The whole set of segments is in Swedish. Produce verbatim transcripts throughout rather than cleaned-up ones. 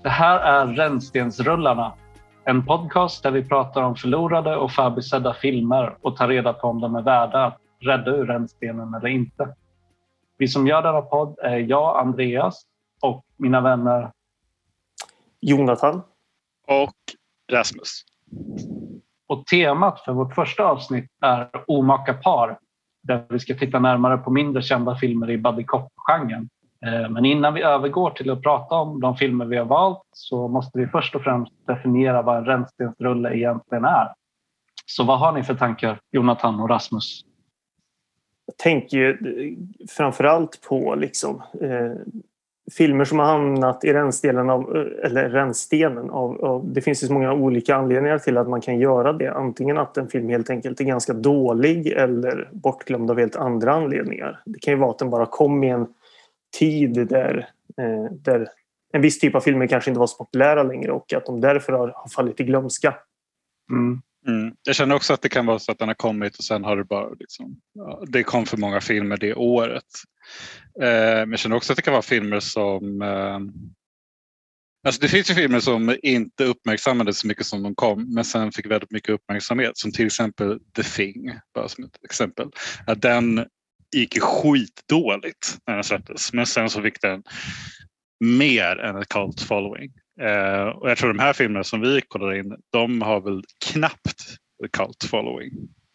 Det här är Rännstensrullarna, en podcast där vi pratar om förlorade och förbisedda filmer och tar reda på om de är värda att rädda ur rännstenen eller inte. Vi som gör denna podd är jag, Andreas, och mina vänner Jonathan och Rasmus. Och temat för vårt första avsnitt är omaka par, där vi ska titta närmare på mindre kända filmer i buddy cop-genren. Men innan vi övergår till att prata om de filmer vi har valt så måste vi först och främst definiera vad en rännstensrulle egentligen är. Så vad har ni för tankar, Jonathan och Rasmus? Jag tänker ju framförallt på liksom, eh, filmer som har hamnat i rännstenen av, eller rännstenen av, av, det finns ju så många olika anledningar till att man kan göra det. Antingen att en film helt enkelt är ganska dålig eller bortglömd av helt andra anledningar. Det kan ju vara att den bara kom i en tid där, eh, där en viss typ av filmer kanske inte var så populära längre och att de därför har, har fallit i glömska. Mm. Mm. Jag känner också att det kan vara så att den har kommit och sen har det bara liksom, ja, det kom för många filmer det året. Eh, men jag känner också att det kan vara filmer som eh, alltså det finns ju filmer som inte uppmärksammades så mycket som de kom men sen fick väldigt mycket uppmärksamhet, som till exempel The Thing, bara som ett exempel. Att den gick skitdåligt när den släpptes, men sen så fick den mer än ett cult following. Uh, och jag tror de här filmerna som vi kollade in, de har väl knappt ett cult following.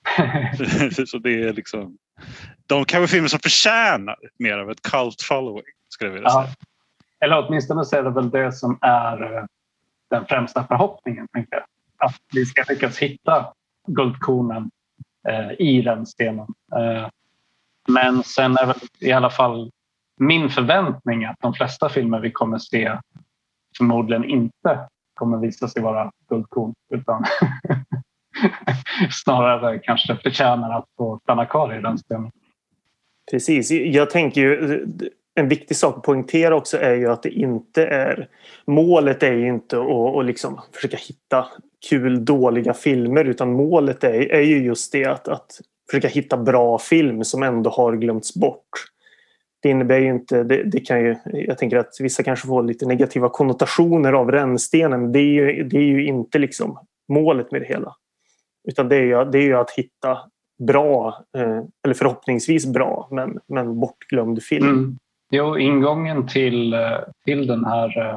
Så det är liksom, de kan vara filmer som förtjänar mer av ett cult following, skulle jag vilja säga. Ja. Eller åtminstone så är det väl det som är den främsta förhoppningen, tänker jag. Att vi ska lyckas hitta guldkornen uh, i den stenen. Uh, men sen är väl i alla fall min förväntning att de flesta filmer vi kommer se förmodligen inte kommer visa sig vara guldkorn, utan snarare kanske förtjänar att få stanna kvar i den stenen. Precis, jag tänker ju en viktig sak att poängtera också är ju att det inte är, målet är ju inte att, att liksom försöka hitta kul dåliga filmer, utan målet är, är ju just det att, att försöka hitta bra film som ändå har glömts bort. Det innebär ju inte, det, det kan ju, jag tänker att vissa kanske får lite negativa konnotationer av rännstenen, men det är ju, det är ju inte liksom målet med det hela. Utan det är ju, det är ju att hitta bra, eh, eller förhoppningsvis bra, men, men bortglömd film. Mm. Jo, ingången till, till den här eh,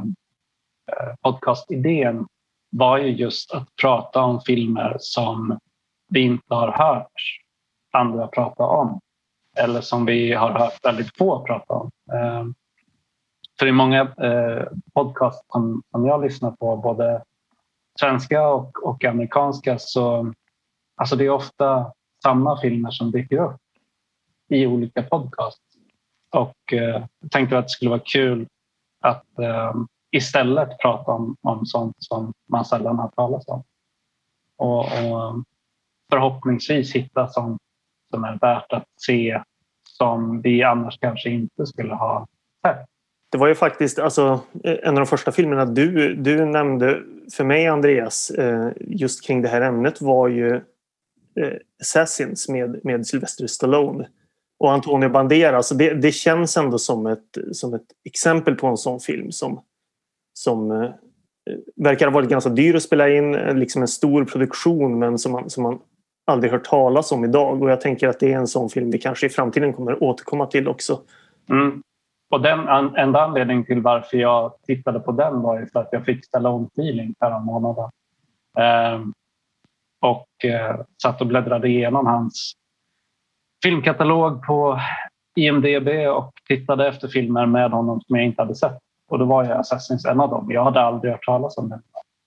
podcastidén var ju just att prata om filmer som vi inte har hört andra prata om. Eller som vi har hört väldigt få prata om. Eh, för i många eh, podcast som, som jag lyssnar på, både svenska och, och amerikanska, så alltså det är ofta samma filmer som dyker upp i olika podcast. Och eh, jag tänkte att det skulle vara kul att eh, istället prata om, om sånt som man sällan har talat om. Och, och förhoppningsvis hitta sånt som är värt att se, som vi annars kanske inte skulle ha sett. Det var ju faktiskt alltså, en av de första filmerna du, du nämnde för mig, Andreas, just kring det här ämnet var ju Assassins med, med Sylvester Stallone och Antonio Banderas. Det, det känns ändå som ett, som ett exempel på en sån film som, som verkar ha varit ganska dyr att spela in, liksom en stor produktion, men som man, som man aldrig hört talas om idag, och jag tänker att det är en sån film vi kanske i framtiden kommer återkomma till också. Mm. Och den an- enda anledningen till varför jag tittade på den var ju för att jag fick Stallone-feeling förra månaden. Ehm, och eh, satt och bläddrade igenom hans filmkatalog på I M D B och tittade efter filmer med honom som jag inte hade sett. Och då var ju Assassins en av dem. Jag hade aldrig hört talas om den.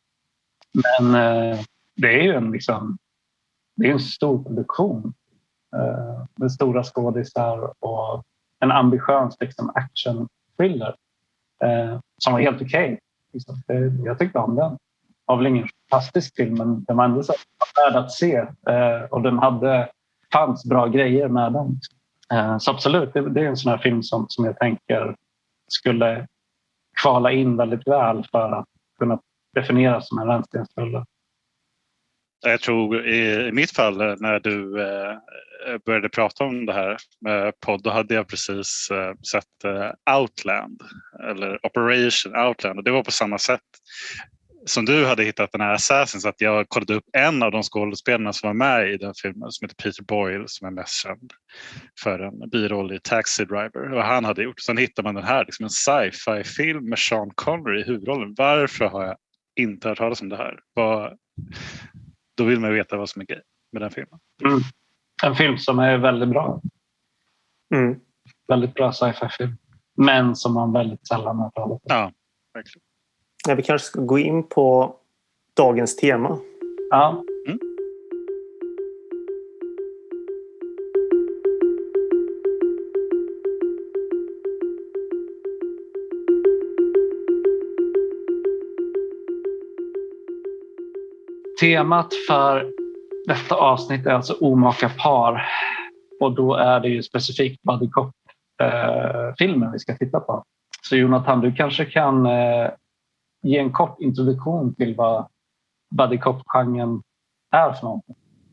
Men eh, det är ju en liksom det är en stor produktion eh, med stora skådisar och en ambitiös liksom, action-thriller eh, som var helt okej. Okay. Jag tyckte om den. Det var väl ingen fantastisk film, men den var ändå så värd att se. Eh, och den hade, fanns bra grejer med den. Eh, så absolut, det, det är en sån här film som, som jag tänker skulle kvala in väldigt väl för att kunna definieras som en rännstensrulle. Jag tror i, i mitt fall när du eh, började prata om det här med podd, då hade jag precis eh, sett eh, Outland eller Operation Outland, och det var på samma sätt som du hade hittat den här Assassin, så att jag kollade upp en av de skådespelarna som var med i den filmen som heter Peter Boyle, som är mest känd för en biroll i Taxi Driver, och han hade gjort. Sen hittar man den här, liksom en sci-fi film med Sean Connery i huvudrollen. Varför har jag inte hört talas om det här? Vad... Då vill man veta vad som är grej med den filmen. Mm. En film som är väldigt bra. Mm. Väldigt bra sci-fi-film. Men som man väldigt sällan har talat om. Ja, verkligen. Ja, vi kanske ska gå in på dagens tema. Ja. Mm. Temat för detta avsnitt är alltså omaka par. Och då är det ju specifikt buddy cop-filmen vi ska titta på. Så Jonathan, du kanske kan eh, ge en kort introduktion till vad buddy cop-genren är för något.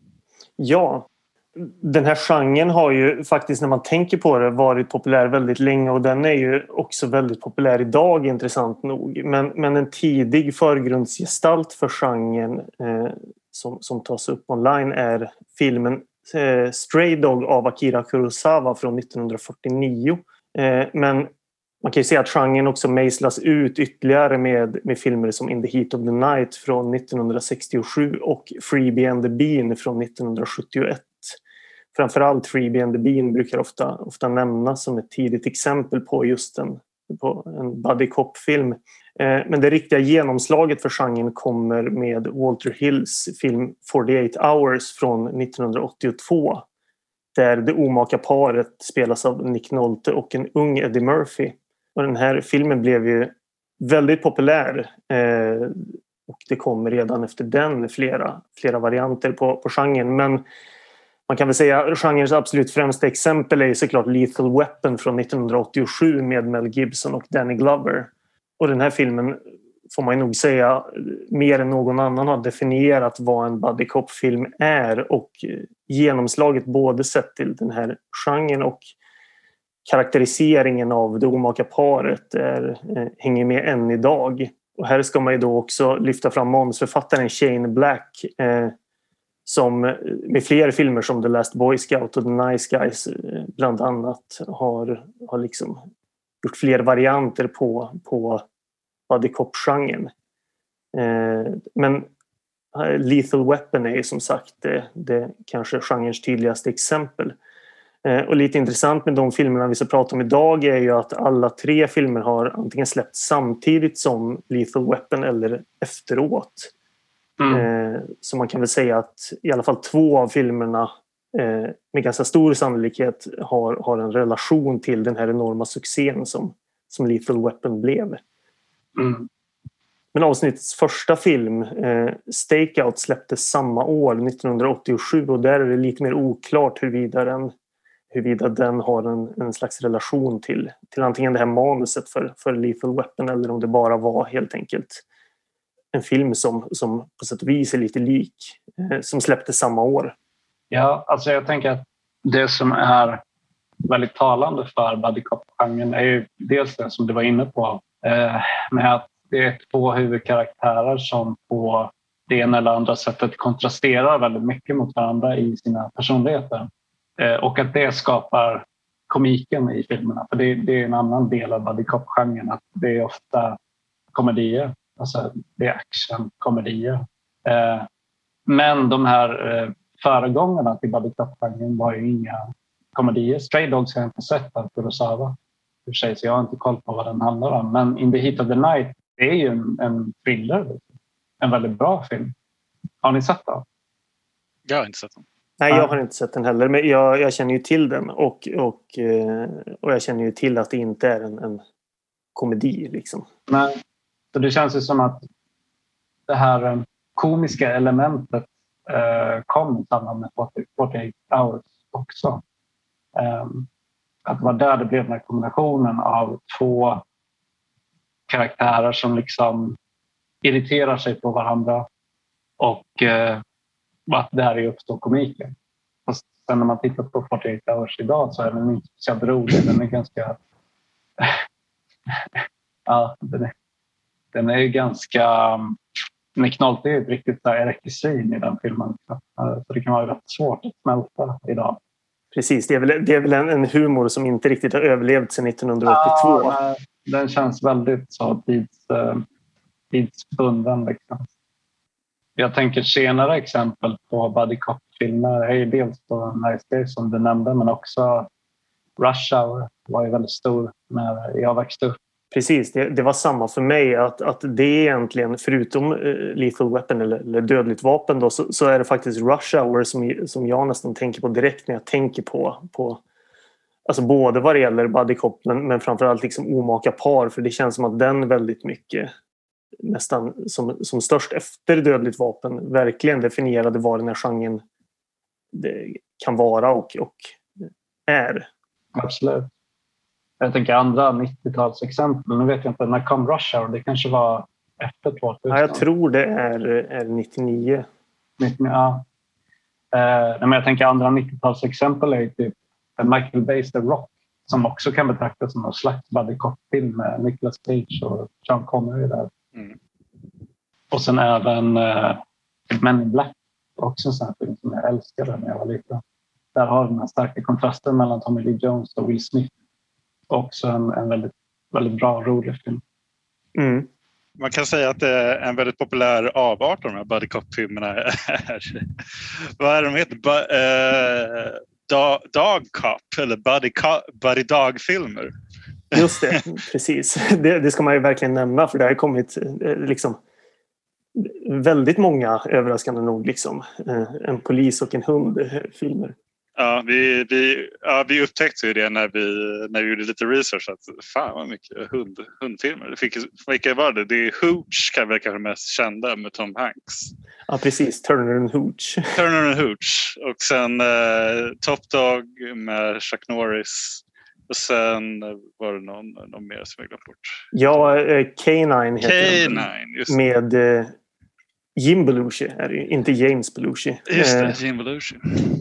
Ja, den här genren har ju faktiskt, när man tänker på det, varit populär väldigt länge, och den är ju också väldigt populär idag, intressant nog. Men, men en tidig förgrundsgestalt för genren eh, som, som tas upp online är filmen eh, Stray Dog av Akira Kurosawa från nittonhundrafyrtionio. Eh, men man kan ju säga att genren också mejslas ut ytterligare med, med filmer som In the Heat of the Night från nittonhundrasextiosju och Freebie and the Bean från nittonhundrasjuttioett. Framförallt Freebie and the Bean brukar ofta, ofta nämnas som ett tidigt exempel på just en, på en buddy cop-film. Eh, men det riktiga genomslaget för genren kommer med Walter Hills film forty-eight hours från nittonhundraåttiotvå. Där det omaka paret spelas av Nick Nolte och en ung Eddie Murphy. Och den här filmen blev ju väldigt populär. Eh, och det kom redan efter den flera, flera varianter på, på genren. Men man kan väl säga att genrens absolut främsta exempel är såklart Lethal Weapon från nittonhundraåttiosju med Mel Gibson och Danny Glover. Och den här filmen, får man nog säga, mer än någon annan har definierat vad en buddy cop-film är, och genomslaget både sett till den här genren och karaktäriseringen av det omaka paret är, eh, hänger med än idag. Och här ska man ju då också lyfta fram manusförfattaren Shane Black eh, som med fler filmer som The Last Boy Scout och The Nice Guys eh, bland annat har, har liksom gjort fler varianter på, på buddy cop-genren. Eh, men Lethal Weapon är ju som sagt det, det kanske genrens tydligaste exempel. Eh, och lite intressant med de filmerna vi ska prata om idag är ju att alla tre filmer har antingen släppts samtidigt som Lethal Weapon eller efteråt. Mm. Eh, så man kan väl säga att i alla fall två av filmerna eh, med ganska stor sannolikhet har, har en relation till den här enorma succén som, som Lethal Weapon blev. Mm. Men avsnittets första film, eh, Stakeout, släpptes samma år, nittonhundraåttiosju, och där är det lite mer oklart huruvida den, huruvida den har en, en slags relation till, till antingen det här manuset för, för Lethal Weapon, eller om det bara var helt enkelt en film som, som på sätt och vis är lite lik, eh, som släpptes samma år. Ja, alltså jag tänker att det som är väldigt talande för buddy cop-genren är ju dels det som du var inne på, eh, med att det är två huvudkaraktärer som på det ena eller andra sättet kontrasterar väldigt mycket mot varandra i sina personligheter. Eh, och att det skapar komiken i filmerna. För det, det är en annan del av buddy cop-genren, att det är ofta komedier. Alltså det är action-komedier. Eh, men de här eh, föregångarna till buddy cop-genren var ju inga komedier. Stray Dogs har jag inte sett av Kurosawa. För sig, så jag har inte koll på vad den handlar om. Men In the Heat of the Night, det är ju en, en thriller. En väldigt bra film. Har ni sett den? Jag har inte sett den. Nej, jag har inte sett den heller. Men jag, jag känner ju till den. Och, och, och jag känner ju till att det inte är en, en komedi. Liksom. Nej, så det känns ju som att det här komiska elementet eh, kom i samband med forty-eight hours också. Um, Att det var där det blev den här kombinationen av två karaktärer som liksom irriterar sig på varandra och eh, att det här är uppstå komiken. Fast sen när man tittar på fyrtioåtta Hours idag så är den inte så rolig. Den är ganska... ja, den är, den är ju ganska... Den är knalltid riktigt så här rekvisin i den filmen. Så det kan vara rätt svårt att smälta idag. Precis, det är väl, det är väl en, en humor som inte riktigt har överlevt sedan nittonhundraåttiotvå. Ja, den känns väldigt så tids, tidsbunden. Liksom. Jag tänker senare exempel på buddy cop-filmer är ju dels på Nice Days som du nämnde, men också Rush Hour var ju väldigt stor när jag växte upp. Precis, det, det var samma för mig att, att det är egentligen, förutom uh, Lethal Weapon eller, eller Dödligt vapen då, så, så är det faktiskt Rush Hour som, som jag nästan tänker på direkt när jag tänker på, på alltså både vad det gäller buddy cop men, men framförallt liksom Omaka par, för det känns som att den väldigt mycket nästan som, som störst efter Dödligt vapen verkligen definierade vad den här genren det kan vara och, och är. Absolut. Jag tänker andra nittiotalsexempel. Nu vet jag inte, när kom Rush Hour? Det kanske var efter tvåtusen. Ja, jag tror det är, är nittionio. nittionio, ja. Eh, men jag tänker andra nittiotalsexempel är typ Michael Bay's The Rock som också kan betraktas som en slags buddy cop-film med Nicolas Cage och Sean Connery där. Mm. Och sen även eh, Men in Black, också en sån här film som jag älskade när jag var liten. Där har den här starka kontrasten mellan Tommy Lee Jones och Will Smith. Också en, en väldigt, väldigt bra, rolig film. Mm. Man kan säga att det är en väldigt populär avart av de här buddy cop-filmerna. Vad är de heter? Ba, eh, dog, dog cop eller buddy, buddy dog-filmer. Just det, precis. Det, det ska man ju verkligen nämna, för det har kommit liksom väldigt många, överraskande nog, liksom en polis och en hund-filmer. Ja, vi, vi, ja, vi upptäckte ju det när vi, när vi gjorde lite research att fan vad mycket hund, hundfilmer. Det fick, vilka var det? Det är Hooch kan väl kanske mest kända med Tom Hanks. Ja, precis. Turner and Hooch. Turner and Hooch. Och sen eh, Top Dog med Chuck Norris. Och sen var det någon, någon mer som jag glömt bort. Ja, eh, K nine heter K nine, just det. Med eh, Jim Belushi är det ju, inte James Belushi. Just det, eh, Jim Belushi.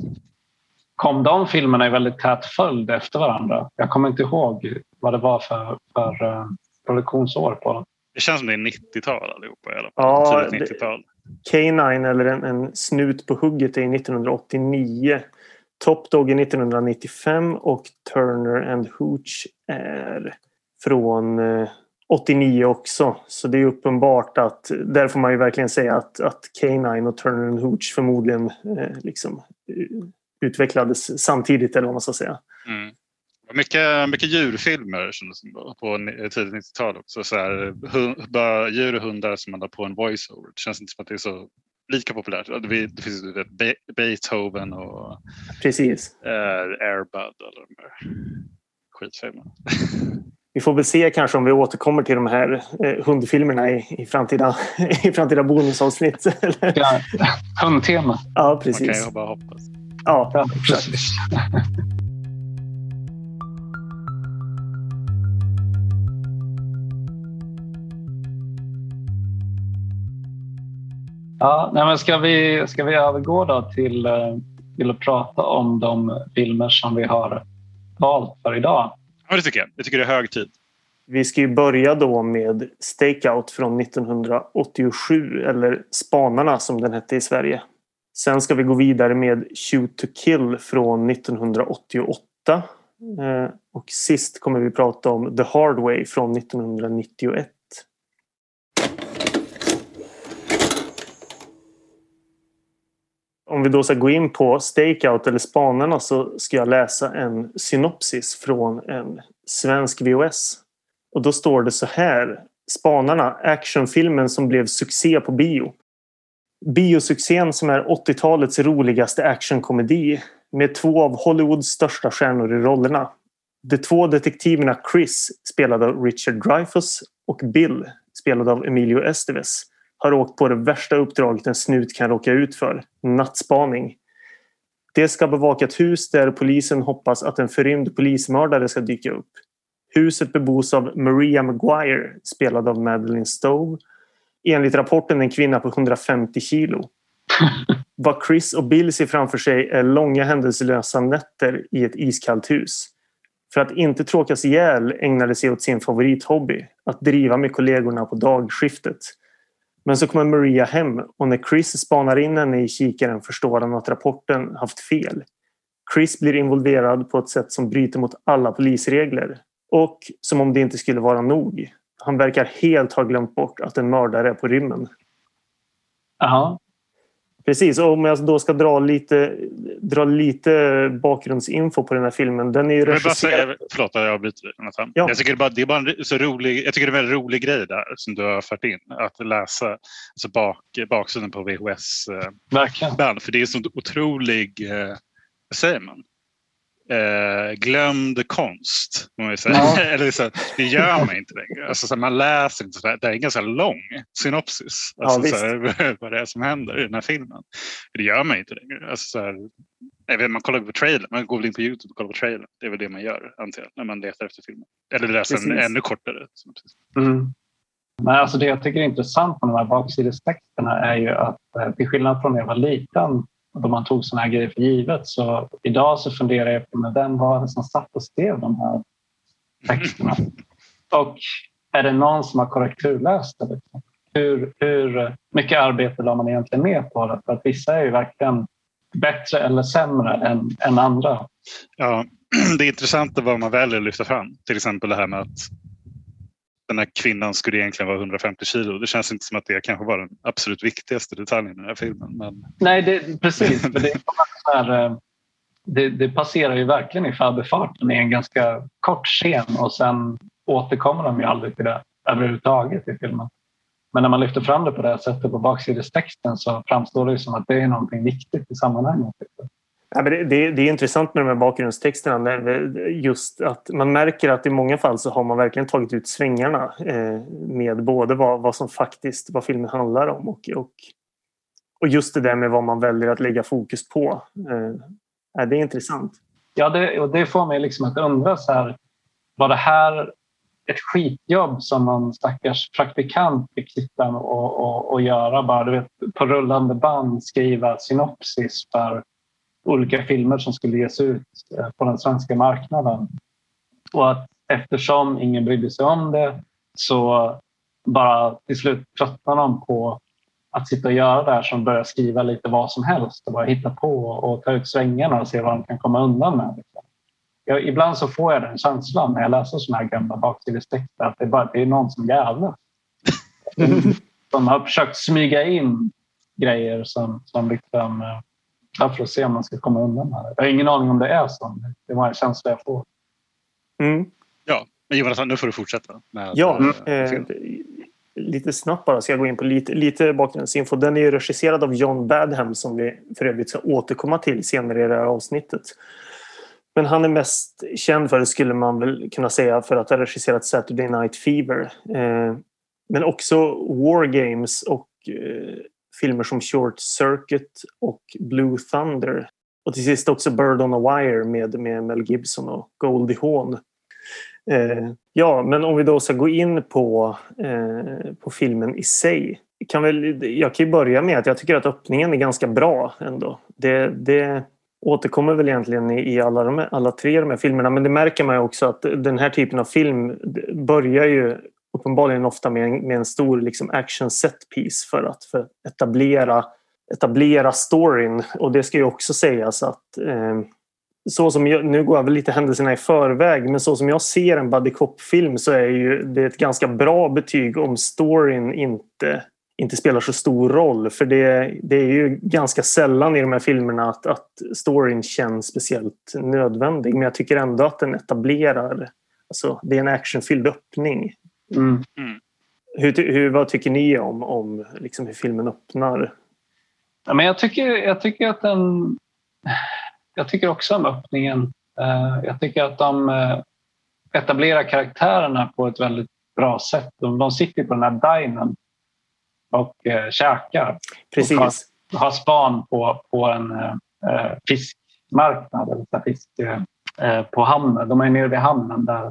Kom de filmerna i väldigt tät följd efter varandra? Jag kommer inte ihåg vad det var för, för uh, produktionsår på dem. Det känns som det är nittiotal allihopa i alla fall. Ja, nittiotal. K nine eller en, en snut på hugget är nittonhundraåttionio. Top Dog är nittonhundranittiofem och Turner and Hooch är från eh, åttionio också. Så det är uppenbart att där får man ju verkligen säga att, att K nine och Turner and Hooch förmodligen eh, liksom utvecklades samtidigt, eller vad man ska säga. Mm. Mycket, mycket djurfilmer på tidigt nittiotal också. Så här, hund, bara djur och hundar som man har på en voiceover. Det känns inte som att det är så lika populärt. Det, det finns ju Beethoven och precis. Uh, Air Bud och de här skitfilmerna. Vi får väl se kanske om vi återkommer till de här eh, hundfilmerna i, i, framtida, i framtida bonusavsnitt. Ja, hundtema. Ja, precis. Man kan ju bara hoppas. Ja, ja precis. Ja, nej men ska vi, ska vi övergå då till, till att prata om de filmer som vi har valt för idag? Ja, det tycker jag. Jag tycker det är hög tid. Vi ska ju börja då med Stakeout från nittonhundraåttiosju, eller Spanarna som den hette i Sverige. Sen ska vi gå vidare med Shoot to Kill från nittonhundraåttioåtta. Och sist kommer vi prata om The Hard Way från nittonhundranittioett. Om vi då ska gå in på Stakeout eller Spanarna så ska jag läsa en synopsis från en svensk V H S. Och då står det så här: Spanarna, actionfilmen som blev succé på bio. Biosuccén som är åttiotalets roligaste actionkomedi med två av Hollywoods största stjärnor i rollerna. De två detektiverna Chris, spelad av Richard Dreyfuss, och Bill, spelad av Emilio Estevez, har åkt på det värsta uppdraget en snut kan råka ut för, nattspaning. De ska bevaka ett hus där polisen hoppas att en förrymd polismördare ska dyka upp. Huset bebos av Maria Maguire, spelad av Madeleine Stowe. Enligt rapporten en kvinna på hundrafemtio kilo. Vad Chris och Bill ser framför sig är långa händelselösa nätter i ett iskallt hus. För att inte tråkas ihjäl ägnade sig åt sin favorithobby, att driva med kollegorna på dagskiftet. Men så kommer Maria hem och när Chris spanar in henne i kikaren förstår han att rapporten haft fel. Chris blir involverad på ett sätt som bryter mot alla polisregler. Och som om det inte skulle vara nog. Han verkar helt ha glömt bort att en mördare är på rymmen. Jaha. Precis, och om jag då ska dra lite, dra lite bakgrundsinfo på den här filmen. Den är ju regisserad... Förlåt, jag avbryter dig. Ja. Jag tycker det, bara, det är bara en så rolig, jag tycker det är en väldigt rolig grej där som du har fört in. Att läsa alltså bak, baksidan på V H S-band. För det är så otrolig, eh, vad säger man? Eh, glömd konst, må man säga. Ja. Eller så, det gör man inte längre. Alltså, så man läser inte sådär. Det är en ganska lång synopsis. Alltså, ja, så här, vad det är som händer i den här filmen. Det gör man inte längre. Alltså, så här, jag vet, man kollar på trailer. Man går in på YouTube och kollar på trailer. Det är väl det man gör, antar jag, när man letar efter filmen. Eller läser en ännu kortare synopsis. Mm. Men alltså det jag tycker är intressant med de här baksidestexterna är ju att till skillnad från när jag var liten då man tog såna här grejer för givet, så idag så funderar jag på med vem var det som satt och skrev de här texterna. Och är det någon som har korrekturläst det? Hur, hur mycket arbete la man egentligen med på det? För att vissa är ju verkligen bättre eller sämre än, än andra. Ja, det är intressant vad man väljer att lyfta fram. Till exempel det här med att den här kvinnan skulle egentligen vara hundrafemtio kilo. Det känns inte som att det kanske var den absolut viktigaste detaljen i den här filmen. Men... Nej, det, precis. För det, är så här, det, det passerar ju verkligen i förbifarten i en ganska kort scen och sen återkommer de ju aldrig till det överhuvudtaget i filmen. Men när man lyfter fram det på det här sättet på baksidestexten så framstår det ju som att det är någonting viktigt i sammanhanget. Ja, men det, det, det är intressant med de här bakgrundstexterna. Just att man märker att i många fall så har man verkligen tagit ut svängarna eh, med både vad, vad som faktiskt vad filmen handlar om och, och, och just det där med vad man väljer att lägga fokus på. Eh, det är intressant. Ja, det, och det får mig liksom att undra så här, var det här ett skitjobb som någon stackars praktikant fick sitta och, och, och göra bara, du vet, på rullande band skriva synopsis för olika filmer som skulle ges ut på den svenska marknaden. Och att eftersom ingen brydde sig om det så bara till slut tröttnade de på att sitta och göra det här som börjar skriva lite vad som helst och bara hitta på och ta ut svängarna och se vad de kan komma undan med. Jag, ibland så får jag den känslan när jag läser såna här gamla baksidestexter att det är, bara, det är någon som jävlar. De har försökt smyga in grejer som, som liksom... för att se om man ska komma undan här. Jag har ingen aning om det är så. Det var en känsla jag får. Mm. Ja, men Jonathan, nu får du fortsätta. Med ja, äh, lite snabbt bara ska jag gå in på lite, lite bakgrundsinfo. Den är ju regisserad av John Badham som vi för övrigt ska återkomma till senare i det här avsnittet. Men han är mest känd för det skulle man väl kunna säga för att ha regisserat Saturday Night Fever. Eh, men också War Games och eh, filmer som Short Circuit och Blue Thunder. Och till sist också Bird on a Wire med, med Mel Gibson och Goldie Hawn. Eh, ja, men om vi då ska gå in på, eh, på filmen i sig. Kan väl, jag kan ju börja med att jag tycker att öppningen är ganska bra ändå. Det, det återkommer väl egentligen i, i alla, de, alla tre de här filmerna. Men det märker man ju också att den här typen av film börjar ju uppenbarligen ofta med en, med en stor liksom action set piece för att för etablera, etablera storyn. Och det ska ju också sägas att eh, så som jag, nu går jag väl lite händelserna i förväg, men så som jag ser en buddy cop-film så är ju det ett ganska bra betyg om storyn inte, inte spelar så stor roll. För det, det är ju ganska sällan i de här filmerna att, att storyn känns speciellt nödvändig. Men jag tycker ändå att den etablerar, alltså det är en actionfylld öppning. Mm. Mm. Hur, hur, vad tycker ni om, om liksom hur filmen öppnar? Ja, men jag, tycker, jag tycker att den... Jag tycker också om öppningen. Jag tycker att de etablerar karaktärerna på ett väldigt bra sätt. De sitter på den här dinen och käkar. Precis. Och har, har span på, på en fiskmarknad eller fisk på hamnen. De är nere vid hamnen där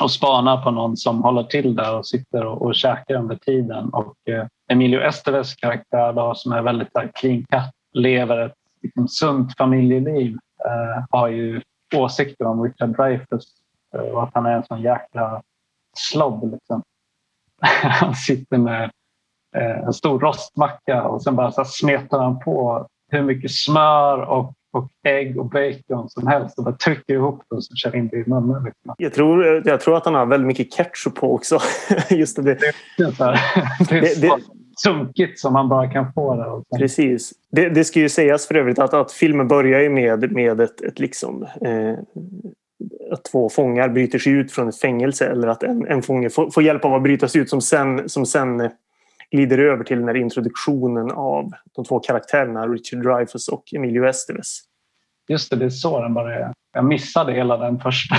och spanar på någon som håller till där och sitter och, och käkar under tiden. Och eh, Emilio Esteves karaktär då, som är väldigt där, clean cut, lever ett liksom, sunt familjeliv, eh, har ju åsikter om Richard Dreyfuss eh, och att han är en sån jäkla slobb liksom. Han sitter med eh, en stor rostmacka och sen bara så smetar han på hur mycket smör och, och ägg och bacon som helst och bara trycker ihop det och så kör in det i munnen. Liksom. Jag, tror, jag tror att han har väldigt mycket ketchup på också. Just det. Det, det är så, här, det är så det, sunkigt som man bara kan få det. Och precis. Det, det ska ju sägas för övrigt att, att filmen börjar ju med, med ett, ett liksom... Eh, att två fångar bryter sig ut från ett fängelse eller att en, en fånge får, får hjälp av att brytas ut som sen, som sen glider över till den här introduktionen av de två karaktärerna Richard Dreyfuss och Emilio Esteves. Just det, det är så den bara är. Jag missade hela den första.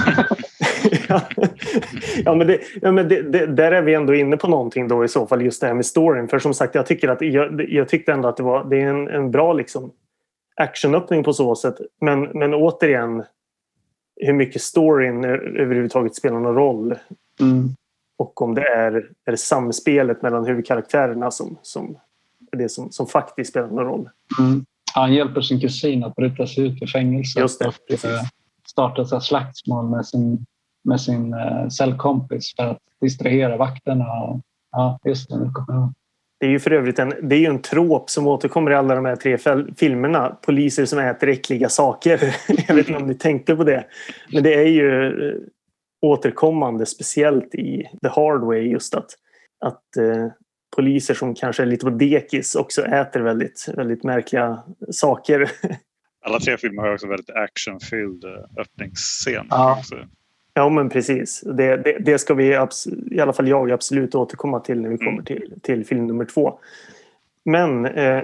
ja. ja, men, det, ja, men det, det, där är vi ändå inne på någonting då i så fall, just det här med storyn. För som sagt, jag tycker att jag, jag tyckte ändå att det var det är en, en bra liksom actionöppning på så sätt. Men, men återigen, hur mycket storyn överhuvudtaget spelar någon roll. Mm. Och om det är, är det samspelet mellan huvudkaraktärerna som, som är det som, som faktiskt spelar någon roll. Mm. Han hjälper sin kusin att bryta sig ut ur fängelset. Just det, och precis. starta ett slagsmål med sin, med sin uh, cellkompis för att distrahera vakterna. Ja, just det. Det är ju för övrigt en, det är ju en trop som återkommer i alla de här tre filmerna. Poliser som äter äckliga saker. Jag vet inte om ni tänkte på det. Men det är ju återkommande, speciellt i The Hard Way, just att, att eh, poliser som kanske är lite på dekis också äter väldigt, väldigt märkliga saker. Alla tre filmer har också väldigt actionfylld öppningsscen. Ja. Också. Ja, men precis. Det, det, det ska vi, abs- i alla fall jag, absolut återkomma till när vi kommer till, till film nummer två. Men... Eh,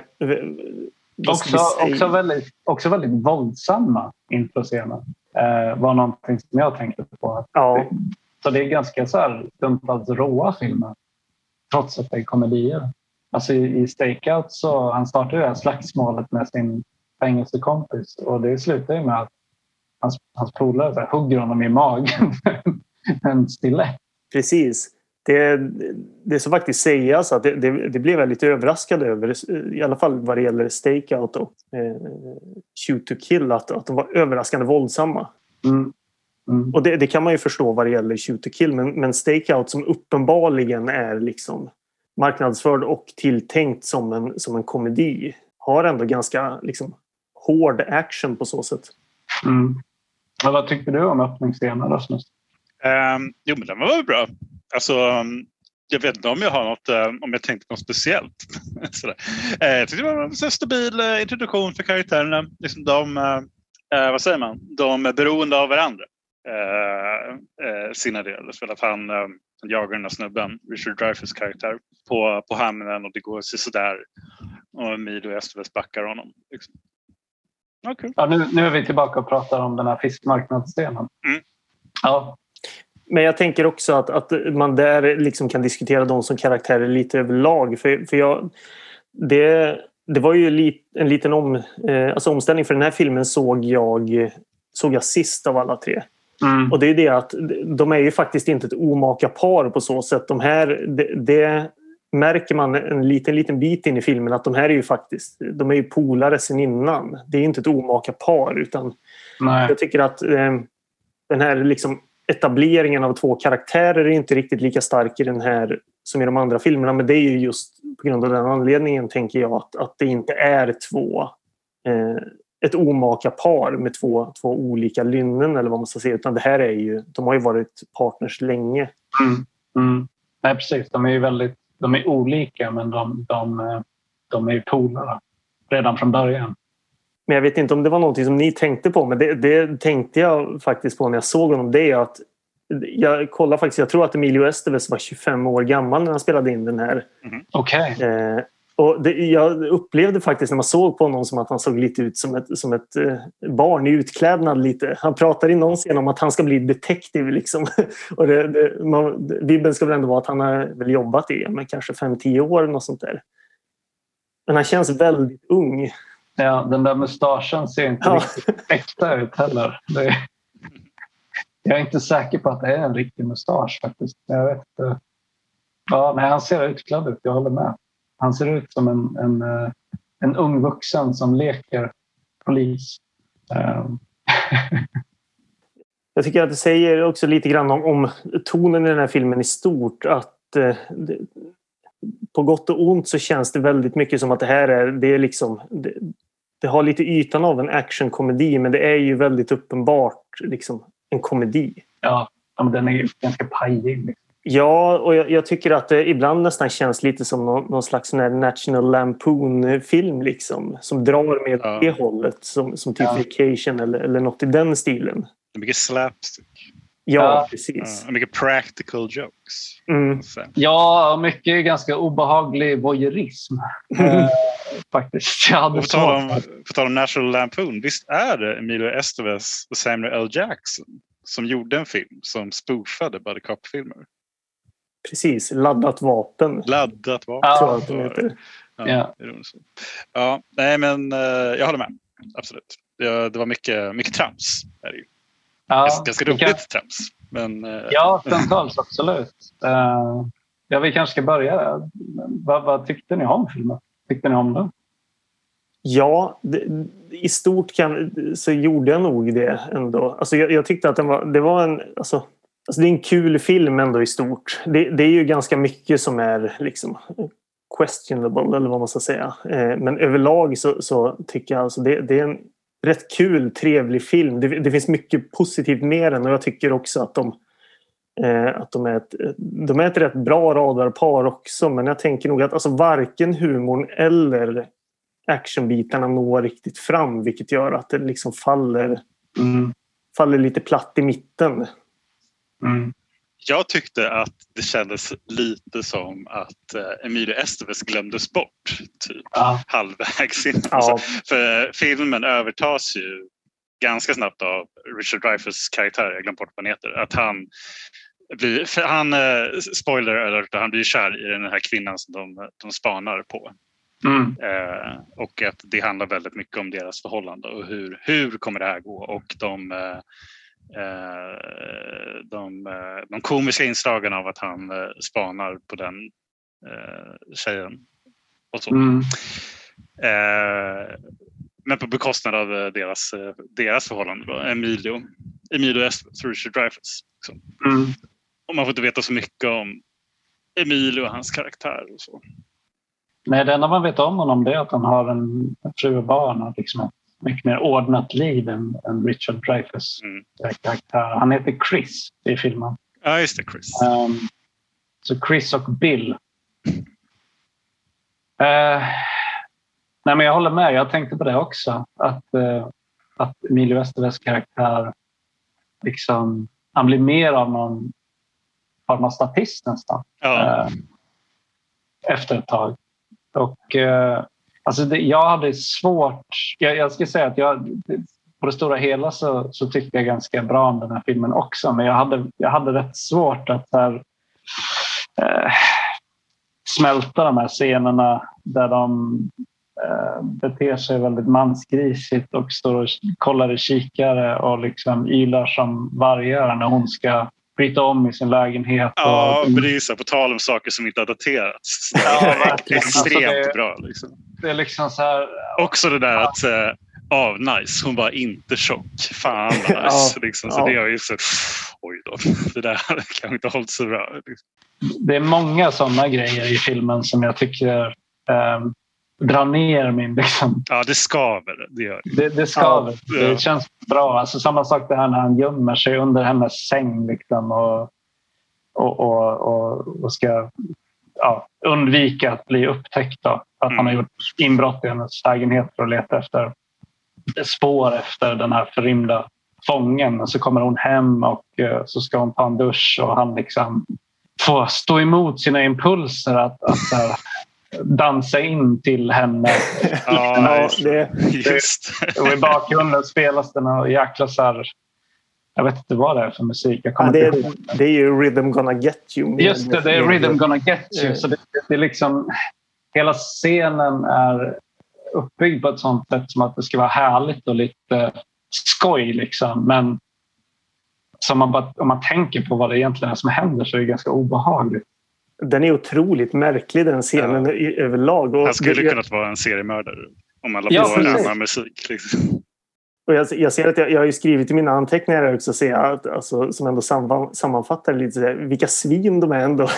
också, också, väldigt, också väldigt våldsamma introscener. Eh, var någonting som jag tänkte på. Ja. Så det är ganska så här stundtals råa filmer. Trots att det är komedier. Alltså i, i Stakeout så han startar ju det här slagsmålet med sin fängelsekompis. Och det slutar ju med att hans, hans polare så här, hugger honom i magen. En stilett. Precis. Det, det som faktiskt sägas att det, det, det blev jag lite överraskad över, i alla fall vad det gäller Stakeout och eh, Shoot to Kill, att, att de var överraskande våldsamma. Mm. Mm. Och det, det kan man ju förstå vad det gäller Shoot to Kill, men, men Stakeout som uppenbarligen är liksom marknadsförd och tilltänkt som en, som en komedi har ändå ganska liksom hård action på så sätt. Mm. Men vad tyckte du om öppningsscenen, Rasmus? Um, jo, men den var väl bra. Alltså, jag vet inte om jag har något, om jag tänkte något speciellt. uh, jag tyckte det var en stabil uh, introduktion för karaktärerna. Liksom de, uh, vad säger man? De är beroende av varandra. Uh, uh, sina delar. För att han uh, jagar den här snubben, Richard Dreyfuss karaktär, på, på hamnen och det går sådär. Och Emilio Esteves backar honom. Liksom. Okay. Ja, nu, nu är vi tillbaka och pratar om den här fiskmarknadsscenen. Mm. Ja. Men jag tänker också att, att man där liksom kan diskutera dem som karaktärer lite överlag. För, för jag, det, det var ju lit, en liten om, eh, alltså omställning, för den här filmen såg jag, såg jag sist av alla tre. Mm. Och det är det att de är ju faktiskt inte ett omaka par på så sätt. De här, det, det märker man en liten, liten bit in i filmen att de här är ju faktiskt, de är ju polare sen innan. Det är inte ett omaka par, utan Nej. jag tycker att eh, den här liksom etableringen av två karaktärer är inte riktigt lika stark i den här som i de andra filmerna, men det är ju just på grund av den anledningen, tänker jag, att, att det inte är två eh, ett omaka par med två, två olika lynnen eller vad man ska säga, utan det här är ju, de har ju varit partners länge. Mm. Mm. Nej, precis. De är ju väldigt, de är olika, men de, de, de är ju polare redan från början. Men jag vet inte om det var någonting som ni tänkte på, men det, det tänkte jag faktiskt på när jag såg honom. Det är att jag kollar faktiskt, jag tror att Emilio Esteves var tjugofem år gammal när han spelade in den här. Mm. Okej. Okay. Eh, och det, jag upplevde faktiskt när man såg på honom som att han såg lite ut som ett, som ett eh, barn i utklädnad lite. Han pratar i någon scen om att han ska bli detektiv liksom. Och det, det, man, Bibeln ska väl ändå vara att han har väl jobbat i men kanske fem tio år eller något sånt där. Men han känns väldigt ung. Ja, den där mustaschen ser inte ja. riktigt äkta ut heller. Det är, Jag är inte säker på att det är en riktig mustasch faktiskt. Jag vet inte. Ja, nej, han ser utklädd ut, jag håller med. Han ser ut som en, en, en ung vuxen som leker polis. Um. Jag tycker att det säger också lite grann om, om tonen i den här filmen i stort. Att eh, det, på gott och ont så känns det väldigt mycket som att det här är, det är liksom... Det, det har lite ytan av en actionkomedi, men det är ju väldigt uppenbart liksom en komedi. Ja, men den är ju ganska pajig. Liksom. Ja, och jag, jag tycker att det ibland nästan känns lite som någon, någon slags sån här National Lampoon-film liksom, som drar med ja. det hållet, som, som typ ja. Vacation eller, eller något i den stilen. Det är mycket slapstick. Ja, ja. precis. Ja, mycket practical jokes. Mm. Ja, mycket ganska obehaglig voyeurism. eh, faktiskt. Jag hade på tal om, på tal om National Lampoon, visst är det Emilio Estevez och Samuel L. Jackson som gjorde en film som spoofade buddy cop-filmer? Precis, laddat vapen. Laddat vapen. Ja. Tror jag att den heter. Ja, ja. Det är så. Ja, nej men uh, jag håller med. Absolut. Det, det var mycket, mycket trams. Är det ju. Ja, ganska roligt kan... trams. Men, uh... ja, stundtals absolut. Uh, ja, vi kanske ska börja. Vad, vad tyckte ni om filmen? Tyckte ni om den? Ja, det, i stort kan, så gjorde jag nog det ändå. Alltså jag, jag tyckte att den var, det var en... Alltså, Alltså det är en kul film ändå i stort. Det, det är ju ganska mycket som är liksom questionable eller vad man ska säga. Eh, men överlag så, så tycker jag alltså det, det är en rätt kul, trevlig film. Det, det finns mycket positivt med den och jag tycker också att de, eh, att de, är ett, de är ett rätt bra radarpar också. Men jag tänker nog att alltså varken humorn eller actionbitarna når riktigt fram, vilket gör att det liksom faller, mm. faller lite platt i mitten. Mm. Jag tyckte att det kändes lite som att uh, Emilio Estevez glömdes bort typ ja. halvvägs in. Ja. Alltså, för filmen övertas ju ganska snabbt av Richard Dreyfuss karaktär, jag glömde bort vad han heter. Att han blir, för han, uh, spoiler alert, han blir kär i den här kvinnan som de, de spanar på. Mm. Uh, och att det handlar väldigt mycket om deras förhållande och hur, hur kommer det här gå, och de uh, Uh, de, uh, de komiska inslagen av att han uh, spanar på den uh, tjejen och så. Mm. Uh, men på bekostnad av uh, deras, uh, deras förhållande då. Emilio Emilio Estevez och Richard Dreyfuss. Mm. Och man får inte veta så mycket om Emilio och hans karaktär och så. Nej, det enda man vet om honom det är att han har en fru och barn och liksom ett mycket mer ordnat liv än, än Richard Dreyfuss mm. karaktär. Han heter Chris i filmen. Ja, just det, Chris. Um, så Chris och Bill. Uh, nej, men jag håller med. Jag tänkte på det också. Att, uh, att Emilio Estevez karaktär liksom, han blir mer av någon form av statist nästan. Ja. Uh, efter ett tag. Och uh, Alltså det, jag hade svårt, jag, jag ska säga att jag på det stora hela så, så tyckte jag ganska bra om den här filmen också, men jag hade, jag hade rätt svårt att här, eh, smälta de här scenerna där de eh, beter sig väldigt mansgrisigt och står och kollar i kikare och liksom ylar som vargar när hon ska bryta om i sin lägenhet. Ja, och, men det är så på tal om saker som inte har daterats. Ja, extremt alltså det, bra. Liksom. Det är liksom så här... Också det där ja. att, äh, oh, nice, hon var inte tjock. Fan vad nice. Ja, liksom. Så ja. det är ju så, oj då, det där kan inte hållit så bra. Liksom. Det är många sådana grejer i filmen som jag tycker äh, drar ner min... Liksom. Ja, det skaver. Det, gör det. Det, det skaver. Ja. Det känns bra. Alltså, samma sak det här när han gömmer sig under hennes säng liksom, och, och, och, och, och ska ja, undvika att bli upptäckt. Då. Att mm. han har gjort inbrott i hennes lägenhet för att leta efter spår efter den här förrymda fången. Och så kommer hon hem och uh, så ska hon ta en dusch och han liksom får stå emot sina impulser att, att uh, dansa in till henne. Ja, det, just. Och i bakgrunden spelas den och jäkla så här, jag vet inte vad det är för musik. Jag ja, det, är, det är ju Rhythm Gonna Get You. Just det, det är Rhythm Gonna Get You. Så det, det är liksom, hela scenen är uppbyggd på ett sånt sätt som att det ska vara härligt och lite skoj liksom. Men så man bara, om man tänker på vad det egentligen är som händer så är det ganska obehagligt. Den är otroligt märklig, den scenen ja. i, överlag. Och han skulle det, kunnat vara en seriemördare om man la ja, på en annan musik. Liksom. Och jag, jag ser att jag, jag har ju skrivit i mina anteckningar också, ser jag, att, alltså, som ändå samman, sammanfattar lite så där, vilka svin de är ändå.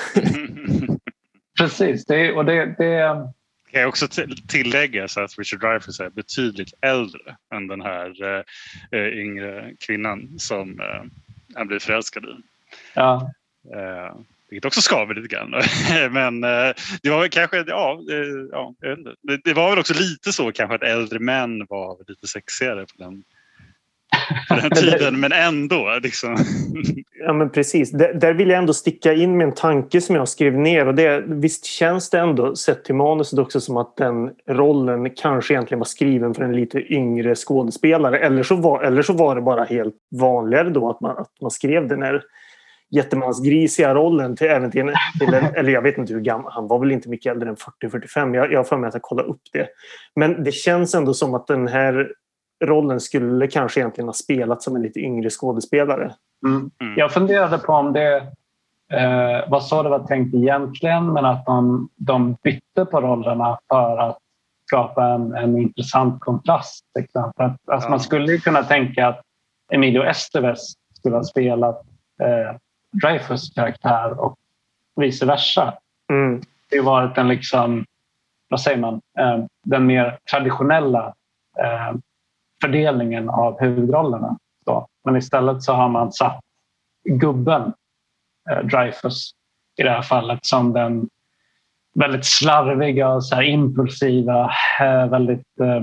Precis, det, och det... det kan jag också tillägga så att Richard Dreyfuss är betydligt äldre än den här äh, yngre kvinnan som äh, han blir förälskad i. Ja. Äh, vilket också skaver lite grann. Men äh, det var väl kanske, ja, äh, ja jag vet inte. Det, det var väl också lite så kanske att äldre män var lite sexigare på den, på den tiden, men ändå liksom. Ja, men precis. Där, där vill jag ändå sticka in med en tanke som jag skrev ner. Och det, visst känns det ändå, sett till manuset också, som att den rollen kanske egentligen var skriven för en lite yngre skådespelare. Eller så var, eller så var det bara helt vanligare då att man, att man skrev den här jättemansgrisiga rollen till även till en, till en, eller jag vet inte hur gammal, han var väl inte mycket äldre än fyrtio till fyrtiofem. Jag, jag har för mig att jag kolla upp det. Men det känns ändå som att den här rollen skulle kanske egentligen ha spelat som en lite yngre skådespelare. Mm. Jag funderade på om det eh, var så det var tänkt egentligen, men att de, de bytte på rollerna för att skapa en, en intressant kontrast. Liksom. För att, alltså ja. Man skulle ju kunna tänka att Emilio Estevez skulle ha spelat eh, Dreyfuss karaktär och vice versa. Mm. Det har varit en liksom, vad säger man, eh, den mer traditionella eh, fördelningen av huvudrollerna. Så. Men istället så har man satt gubben eh, Dreyfuss i det här fallet som den väldigt slarviga och så här impulsiva, eh, väldigt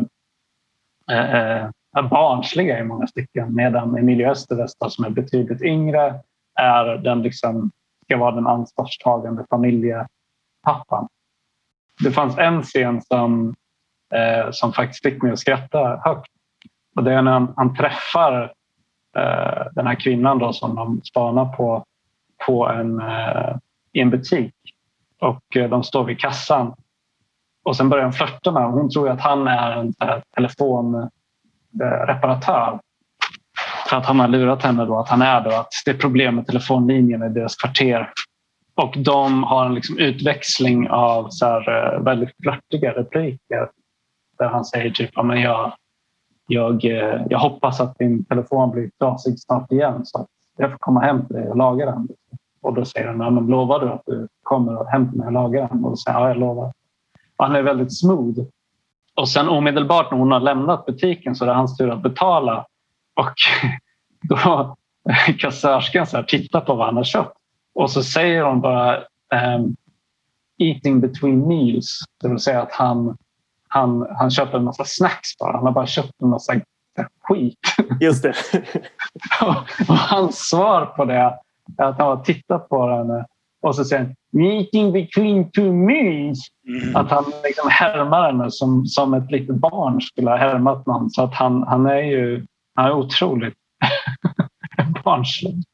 eh, eh, barnsliga i många stycken, medan Emilio Estevez som är betydligt yngre är den liksom, ska vara den ansvarstagande familjepappan. Det fanns en scen som, eh, som faktiskt fick mig att skratta högt. Och det är när han, han träffar eh, den här kvinnan då, som de spanar på, på en, eh, i en butik. Och eh, de står vid kassan. Och sen börjar han flirta med honom. Hon tror att han är en äh, telefonreparatör. För att han har lurat henne då att han är då. Att det är problem med telefonlinjen i deras kvarter. Och de har en liksom utväxling av så här, väldigt flörtiga repliker. Där han säger typ, ja, men jag... Jag, jag hoppas att din telefon blir trasig snart igen så att jag får komma hem till dig och laga den. Och då säger han, ja, men lovar du att du kommer hem till mig och lagar den? Och då säger han, ja, jag lovar. Och han är väldigt smooth. Och sen omedelbart när hon har lämnat butiken så är det hans tur att betala. Och då kassörskan så här tittar på vad han har köpt. Och så säger hon bara um, eating between meals. Det vill säga att han Han, han köper en massa snacks bara. Han har bara köpt en massa skit. Just det. och, och hans svar på det är att han har tittat på den och så säger han meeting between two meals. Mm. Att han liksom härmar henne som, som ett litet barn skulle ha härmat någon. Så att han, han är ju han är otroligt barnslig.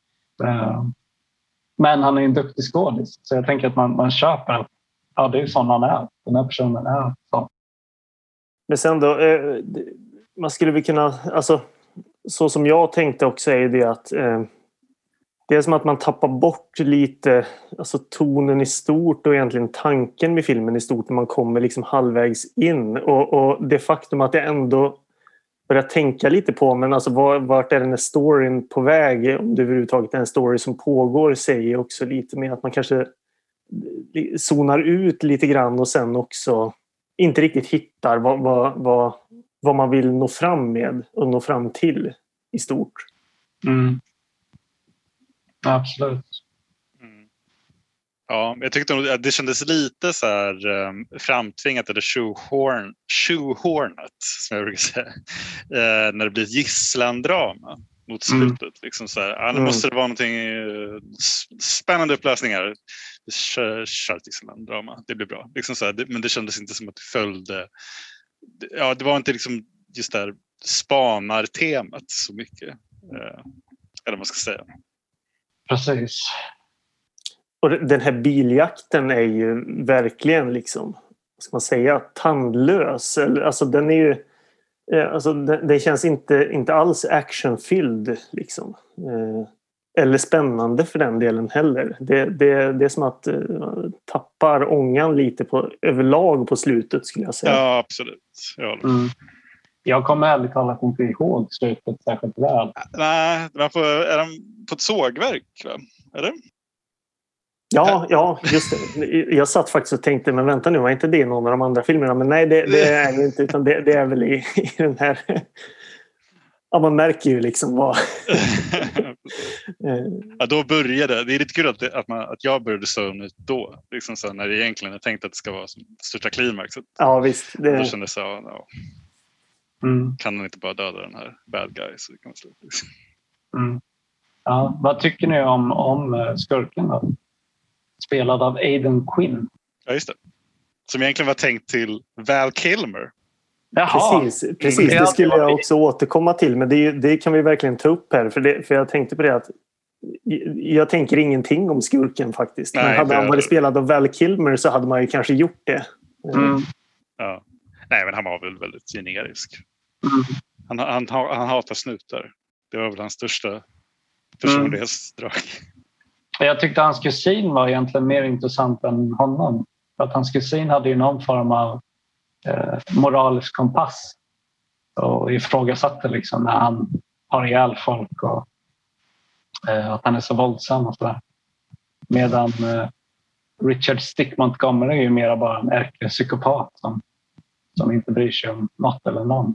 Men han är en duktig skådis. Så jag tänker att man, man köper att ja, det är sån han är. Den här personen är så. Men sen då, eh, man skulle väl kunna, alltså så som jag tänkte också är det att eh, det är som att man tappar bort lite alltså tonen i stort och egentligen tanken med filmen i stort när man kommer liksom halvvägs in. Och, och det faktum att jag ändå börjar tänka lite på, men alltså vart är den här storyn på väg, om det överhuvudtaget är en story som pågår, säger också lite med att man kanske zonar ut lite grann och sen också inte riktigt hittar vad, vad, vad, vad man vill nå fram med och nå fram till i stort. Mm. Absolut. Mm. Ja, jag tyckte nog att det kändes lite så här um, framtvingat eller shoehorn, shoehornat som jag brukar säga. Uh, när det blir ett gisslandrama mot slutet. Mm. Liksom så här, ah, nu måste det vara någonting uh, spännande upplösningar. Kör, kör ett gisslandrama, det blir bra. Liksom så här, det, men det kändes inte som att det följde. Ja, det var inte liksom just där spanartemat så mycket. Uh, eller vad man ska säga. Precis. Och den här biljakten är ju verkligen liksom, vad ska man säga, tandlös. Alltså den är ju, alltså den, den känns inte, inte alls actionfylld liksom. eller spännande för den delen heller. Det, det, det är som att uh, tappar ångan lite på, överlag på slutet skulle jag säga. Ja, absolut. Ja. Mm. Jag kommer ärligt talat inte ihåg slutet särskilt väl. Nej, de på, är de på ett sågverk, va? Är det? Ja, ja, just det. Jag satt faktiskt och tänkte, men vänta nu, var inte det någon av de andra filmerna? Men nej, det, det är det inte, utan det, det är väl i, i den här... Ja, man märker ju liksom vad... Ja, då började det. är lite kul att, det, att, man, att jag började zona ut då. Liksom så när det egentligen jag tänkte att det ska vara som största klimaxet. Ja, visst. Det... Då kände jag så ja, mm. kan man inte bara döda den här bad guy så kan man sluta. Mm. Ja, vad tycker ni om, om skurken då? Spelad av Aidan Quinn. Ja, just det. Som egentligen var tänkt till Val Kilmer. Jaha. Precis, precis. Det skulle jag också återkomma till. Men det, det kan vi verkligen ta upp här. För, det, för jag tänkte på det att jag tänker ingenting om skurken faktiskt. Nej, men hade han varit spelad av Val Kilmer så hade man ju kanske gjort det. Mm. Ja. Nej, men han var väl väldigt generisk. Mm. Han, han, han, han hatar snutar. Det var väl hans största personlighetsdrag. Mm. Jag tyckte hans kusin var egentligen mer intressant än honom. För att hans kusin hade ju någon form av eh, moralisk kompass. Och ifrågasatte liksom när han har ihjäl folk och eh, att han är så våldsam och sådär. Medan eh, Richard Stick Montgomery är ju mera bara en ärklig psykopat som, som inte bryr sig om något eller någon.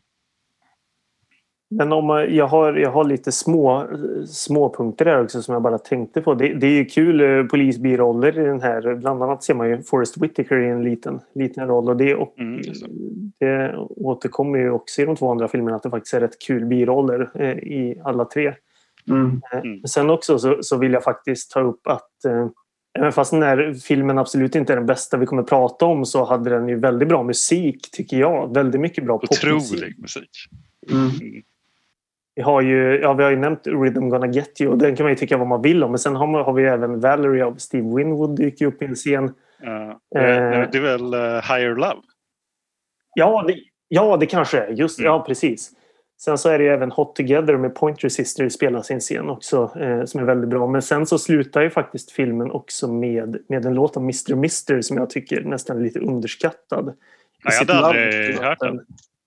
Men om jag har, jag har lite små, små punkter där också som jag bara tänkte på. Det, det är ju kul polisbiroller i den här. Bland annat ser man ju Forrest Whitaker i en liten, liten roll. Och det, och mm, det återkommer ju också i de två andra filmerna att det faktiskt är rätt kul biroller eh, i alla tre. Mm. Mm. Sen också så, så vill jag faktiskt ta upp att eh, även fast den här filmen absolut inte är den bästa vi kommer prata om så hade den ju väldigt bra musik tycker jag. Väldigt mycket bra popmusik. Otrolig musik. Mm. Vi har ju, ja, vi har ju nämnt Rhythm Gonna Get You och den kan man ju tycka vad man vill om. Men sen har, man, har vi även Valerie av Steve Winwood dyker upp i en scen. Ja, det, är, eh, det är väl uh, Higher Love? Ja det, ja, det kanske är. Just, mm. Ja, precis. Sen så är det ju även Hot Together med Pointer Sisters spelar sin scen också eh, som är väldigt bra. Men sen så slutar ju faktiskt filmen också med, med en låt av mister mister som jag tycker nästan är lite underskattad. Ja, jag hade aldrig hört den.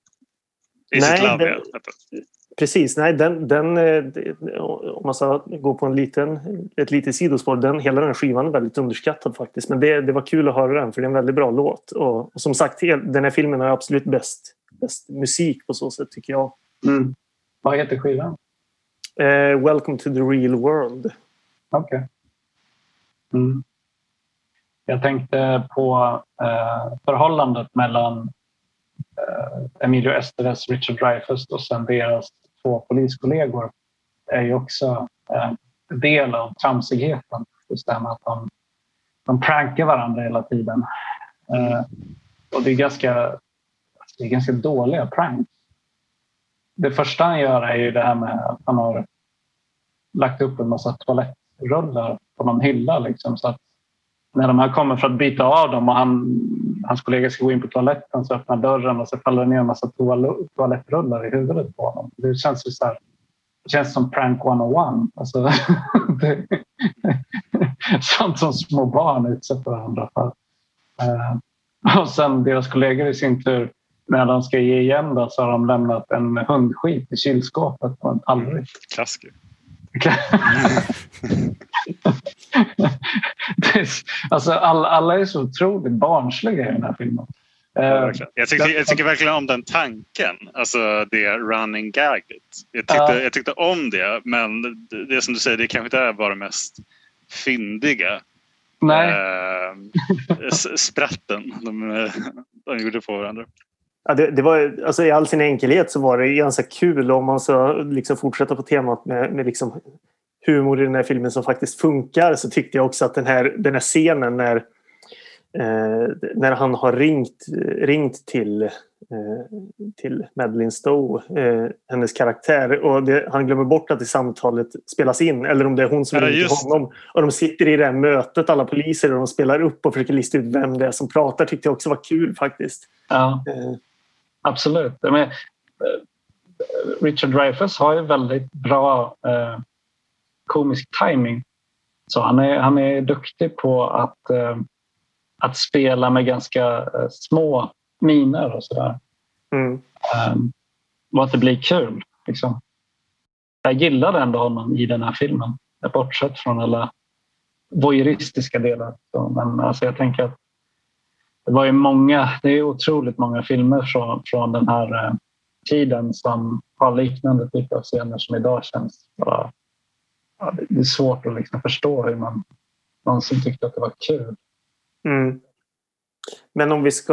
I sitt land, ja. Precis, nej den, den om man ska gå på en liten, ett litet sidospår, den, hela den skivan är väldigt underskattad faktiskt. Men det, det var kul att höra den för det är en väldigt bra låt. Och, och som sagt, den här filmen har absolut bäst, bäst musik på så sätt tycker jag. Mm. Vad heter skivan? Uh, Welcome to the Real World. Okej. Okay. Mm. Jag tänkte på uh, förhållandet mellan uh, Emilio Estevez, Richard Dreyfuss och sen deras två poliskollegor är ju också uh, en del av tramsigheten. Just det med att de, de prankar varandra hela tiden. Uh, och det är ganska, det är ganska dåliga pranks. Det första han gör är ju det här med att han har lagt upp en massa toalettrullar på någon hylla. Liksom, så att när de här kommer för att byta av dem och han, hans kollega ska gå in på toaletten så öppnar dörren och så faller det ner en massa toal- toalettrullar i huvudet på honom. Det känns ju så här, det känns som prank etthundraett. Alltså, det, sånt som små barn utsätter varandra för. Uh, och sen deras kollegor i sin tur, när de ska ge igen då, så har de lämnat en hundskit i kylskåpet på en tallrik. Klassiker. Alltså alla, alla är så otroligt barnsliga i den här filmen. Ja, jag, tyckte, jag tycker verkligen om den tanken. Alltså det running gaget. Jag tyckte, uh, jag tyckte om det. Men det, det som du säger, det kanske inte är bara det mest fyndiga. Nej. Uh, spratten de, de gjorde på varandra. Ja, det, det var, alltså, i all sin enkelhet så var det ganska kul om man ska liksom fortsätta på temat med, med liksom humor i den här filmen som faktiskt funkar, så tyckte jag också att den här, den här scenen när, eh, när han har ringt, ringt till, eh, till Madeleine Stowe, eh, hennes karaktär, och det, han glömmer bort att det samtalet spelas in, eller om det är hon som ringer till honom, och de sitter i det här mötet, alla poliser, och de spelar upp och försöker lista ut vem det är som pratar, tyckte jag också var kul faktiskt. Ja. Eh. Absolut. Men Richard Dreyfuss har ju väldigt bra eh, komisk timing. Så han är, han är duktig på att, eh, att spela med ganska eh, små miner och sådär. Mm. Um, och att det blir kul. Liksom. Jag gillade ändå honom i den här filmen. Jag bortsett från alla voyeuristiska delar. Så, men alltså, jag tänker att det var ju många, det är otroligt många filmer från, från den här eh, tiden som har liknande typer av scener som idag känns bara, ja, det är svårt att liksom förstå hur man någonsin tyckte att det var kul. Mm. Men om vi ska,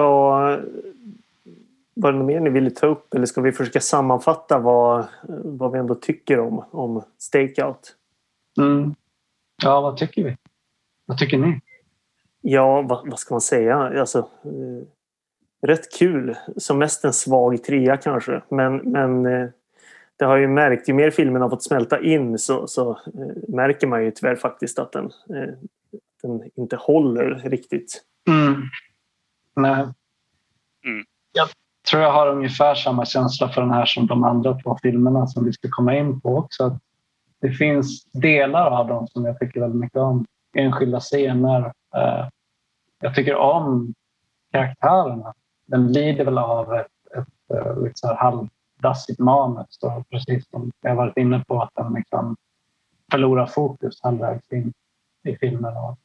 var det något mer ni ville ta upp eller ska vi försöka sammanfatta vad, vad vi ändå tycker om, om Stakeout? Mm. Ja, vad tycker vi? Vad tycker ni? Ja, vad, vad ska man säga? Alltså, eh, rätt kul. Som mest en svag trea kanske. Men, men eh, det har ju märkt, ju mer filmen har fått smälta in så, så eh, märker man ju tyvärr faktiskt att den, eh, den inte håller riktigt. Mm. Nej. Mm. Jag tror jag har ungefär samma känsla för den här som de andra två filmerna som vi ska komma in på också. Att det finns delar av dem som jag tycker väldigt mycket om. Enskilda scener. Eh, jag tycker om karaktärerna. Den lider väl av ett, ett, ett liksom halvdassigt manus. Så precis som jag har varit inne på att den liksom förlorar fokus halvvägs in i filmen. Och,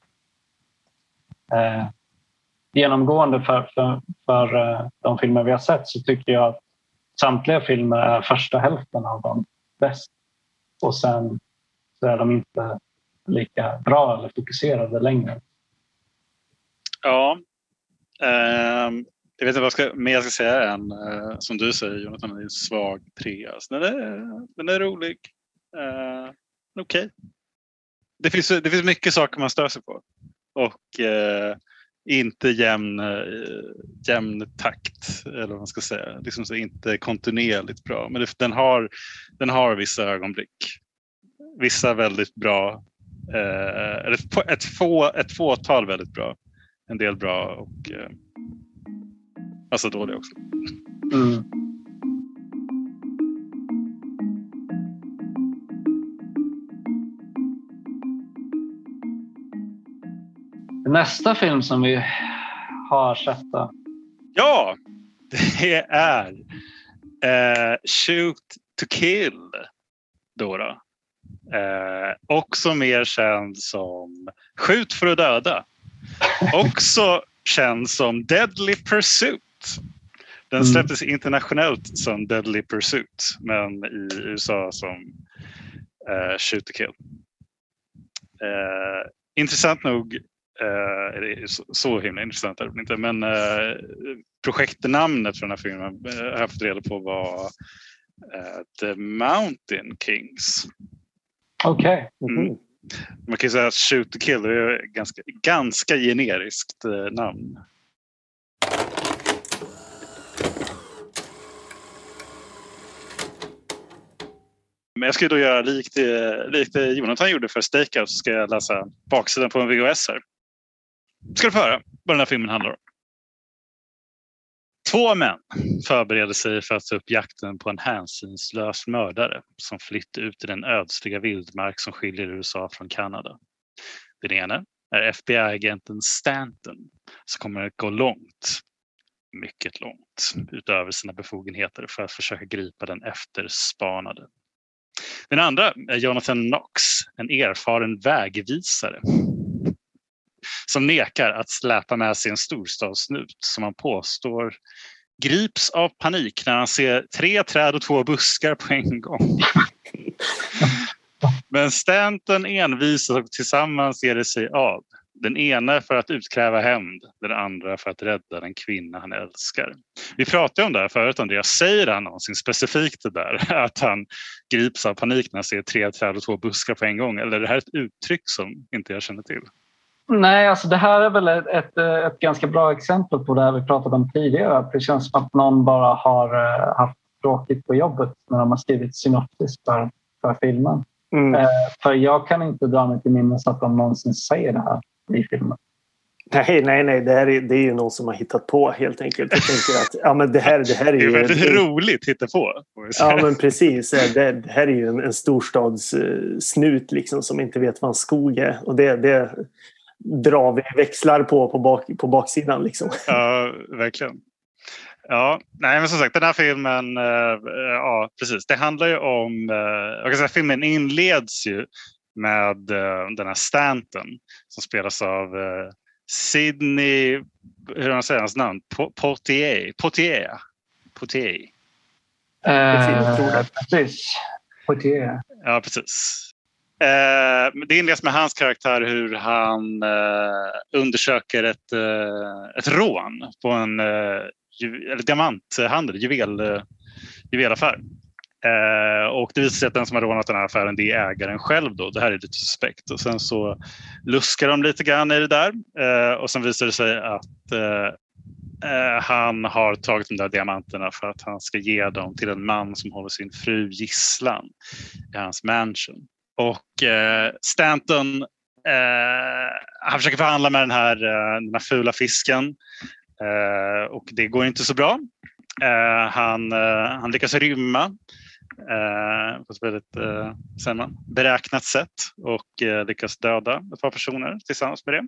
eh, genomgående för, för, för uh, de filmer vi har sett så tycker jag att samtliga filmer är första hälften av dem bäst. Och sen så är de inte lika bra eller fokuserade längre. Ja. Um, jag vet inte vad jag ska, mer jag ska säga än uh, som du säger Jonathan, det är en svag trea. Alltså, den, är, den är rolig. Uh, Okej. Okay. Det finns, det finns mycket saker man stör sig på. Och uh, inte jämn, jämn takt eller vad man ska säga. Liksom så inte kontinuerligt bra. Men det, den, har, den har vissa ögonblick. Vissa väldigt bra. Eh, ett, ett, få, ett fåtal väldigt bra. En del bra och eh, alltså dåliga också. Mm. Nästa film som vi har sett då. Ja, det är eh, Shoot to Kill då. då. Eh, också mer känd som Skjut för att döda. Också känd som Deadly Pursuit. Den släpptes mm. internationellt som Deadly Pursuit, men i U S A som eh, Shoot to Kill. Eh, intressant nog Uh, det är så, så himla intressant är det inte, men uh, projektnamnet för den här filmen uh, har jag fått reda på var uh, The Mountain Kings. Okej. Okay. Mm. Man kan ju säga att Shoot to Kill är ett ganska, ganska generiskt uh, namn. Men jag ska då göra likt, likt Jonathan gjorde för Stakeout, så ska jag läsa baksidan på en V H S här. Ska du få höra vad den här filmen handlar om. Två män förbereder sig för att ta upp jakten på en hänsynslös mördare som flytt ut i den ödsliga vildmark som skiljer U S A från Kanada. Den ena är F B I-agenten Stanton som kommer att gå långt, mycket långt, utöver sina befogenheter för att försöka gripa den efterspanade. Den andra är Jonathan Knox, en erfaren vägvisare som nekar att släpa med sig en storstadssnut som han påstår grips av panik när han ser tre träd och två buskar på en gång. Men Stanton envisas och tillsammans ger det sig av. Den ena för att utkräva hämnd, den andra för att rädda den kvinna han älskar. Vi pratade om det här förut, Andreas. Säger han någonsin specifikt det där? Att han grips av panik när han ser tre träd och två buskar på en gång? Eller är det här ett uttryck som inte jag känner till? Nej, alltså det här är väl ett, ett, ett ganska bra exempel på det här vi pratade om tidigare. Det känns som att någon bara har haft tråkigt på jobbet när de har skrivit synopsis för, för filmen. Mm. Eh, för jag kan inte dra mig till minnes att de någonsin säger det här i filmen. Nej, nej, nej. Det, här är, det är ju någon som har hittat på helt enkelt. Jag tänker att ja, men det, här, det här är ju... Det är väldigt det, roligt hitta på. Ja, men precis. Det, det här är ju en, en storstadssnut liksom, som inte vet vad en skog är. Och det, det drar vi växlar på på, bak, på baksidan. Liksom. Ja, verkligen. Ja, nej men som sagt den här filmen, äh, ja precis, det handlar ju om, äh, jag kan säga filmen inleds ju med äh, den här Stanton som spelas av äh, Sidney, hur man säger hans namn, Poitier, Poitier, Poitier. Uh, precis, Poitier. Ja, precis. Uh, det inleds med hans karaktär hur han uh, undersöker ett, uh, ett rån på en uh, ju, eller diamanthandel, juvel, uh, juvelaffär. Uh, och det visar sig att den som har rånat den här affären det är ägaren själv då. Det här är lite suspekt. Och sen så luskar de lite grann i det där. Uh, och sen visar det sig att uh, uh, han har tagit de där diamanterna för att han ska ge dem till en man som håller sin fru gisslan i hans mansion. Och uh, Stanton uh, han försöker förhandla med den här, uh, den här fula fisken. Uh, och det går inte så bra. Uh, han, uh, han lyckas rymma. Uh, på ett väldigt uh, säger man, beräknat sätt och uh, lyckas döda ett par personer tillsammans med det.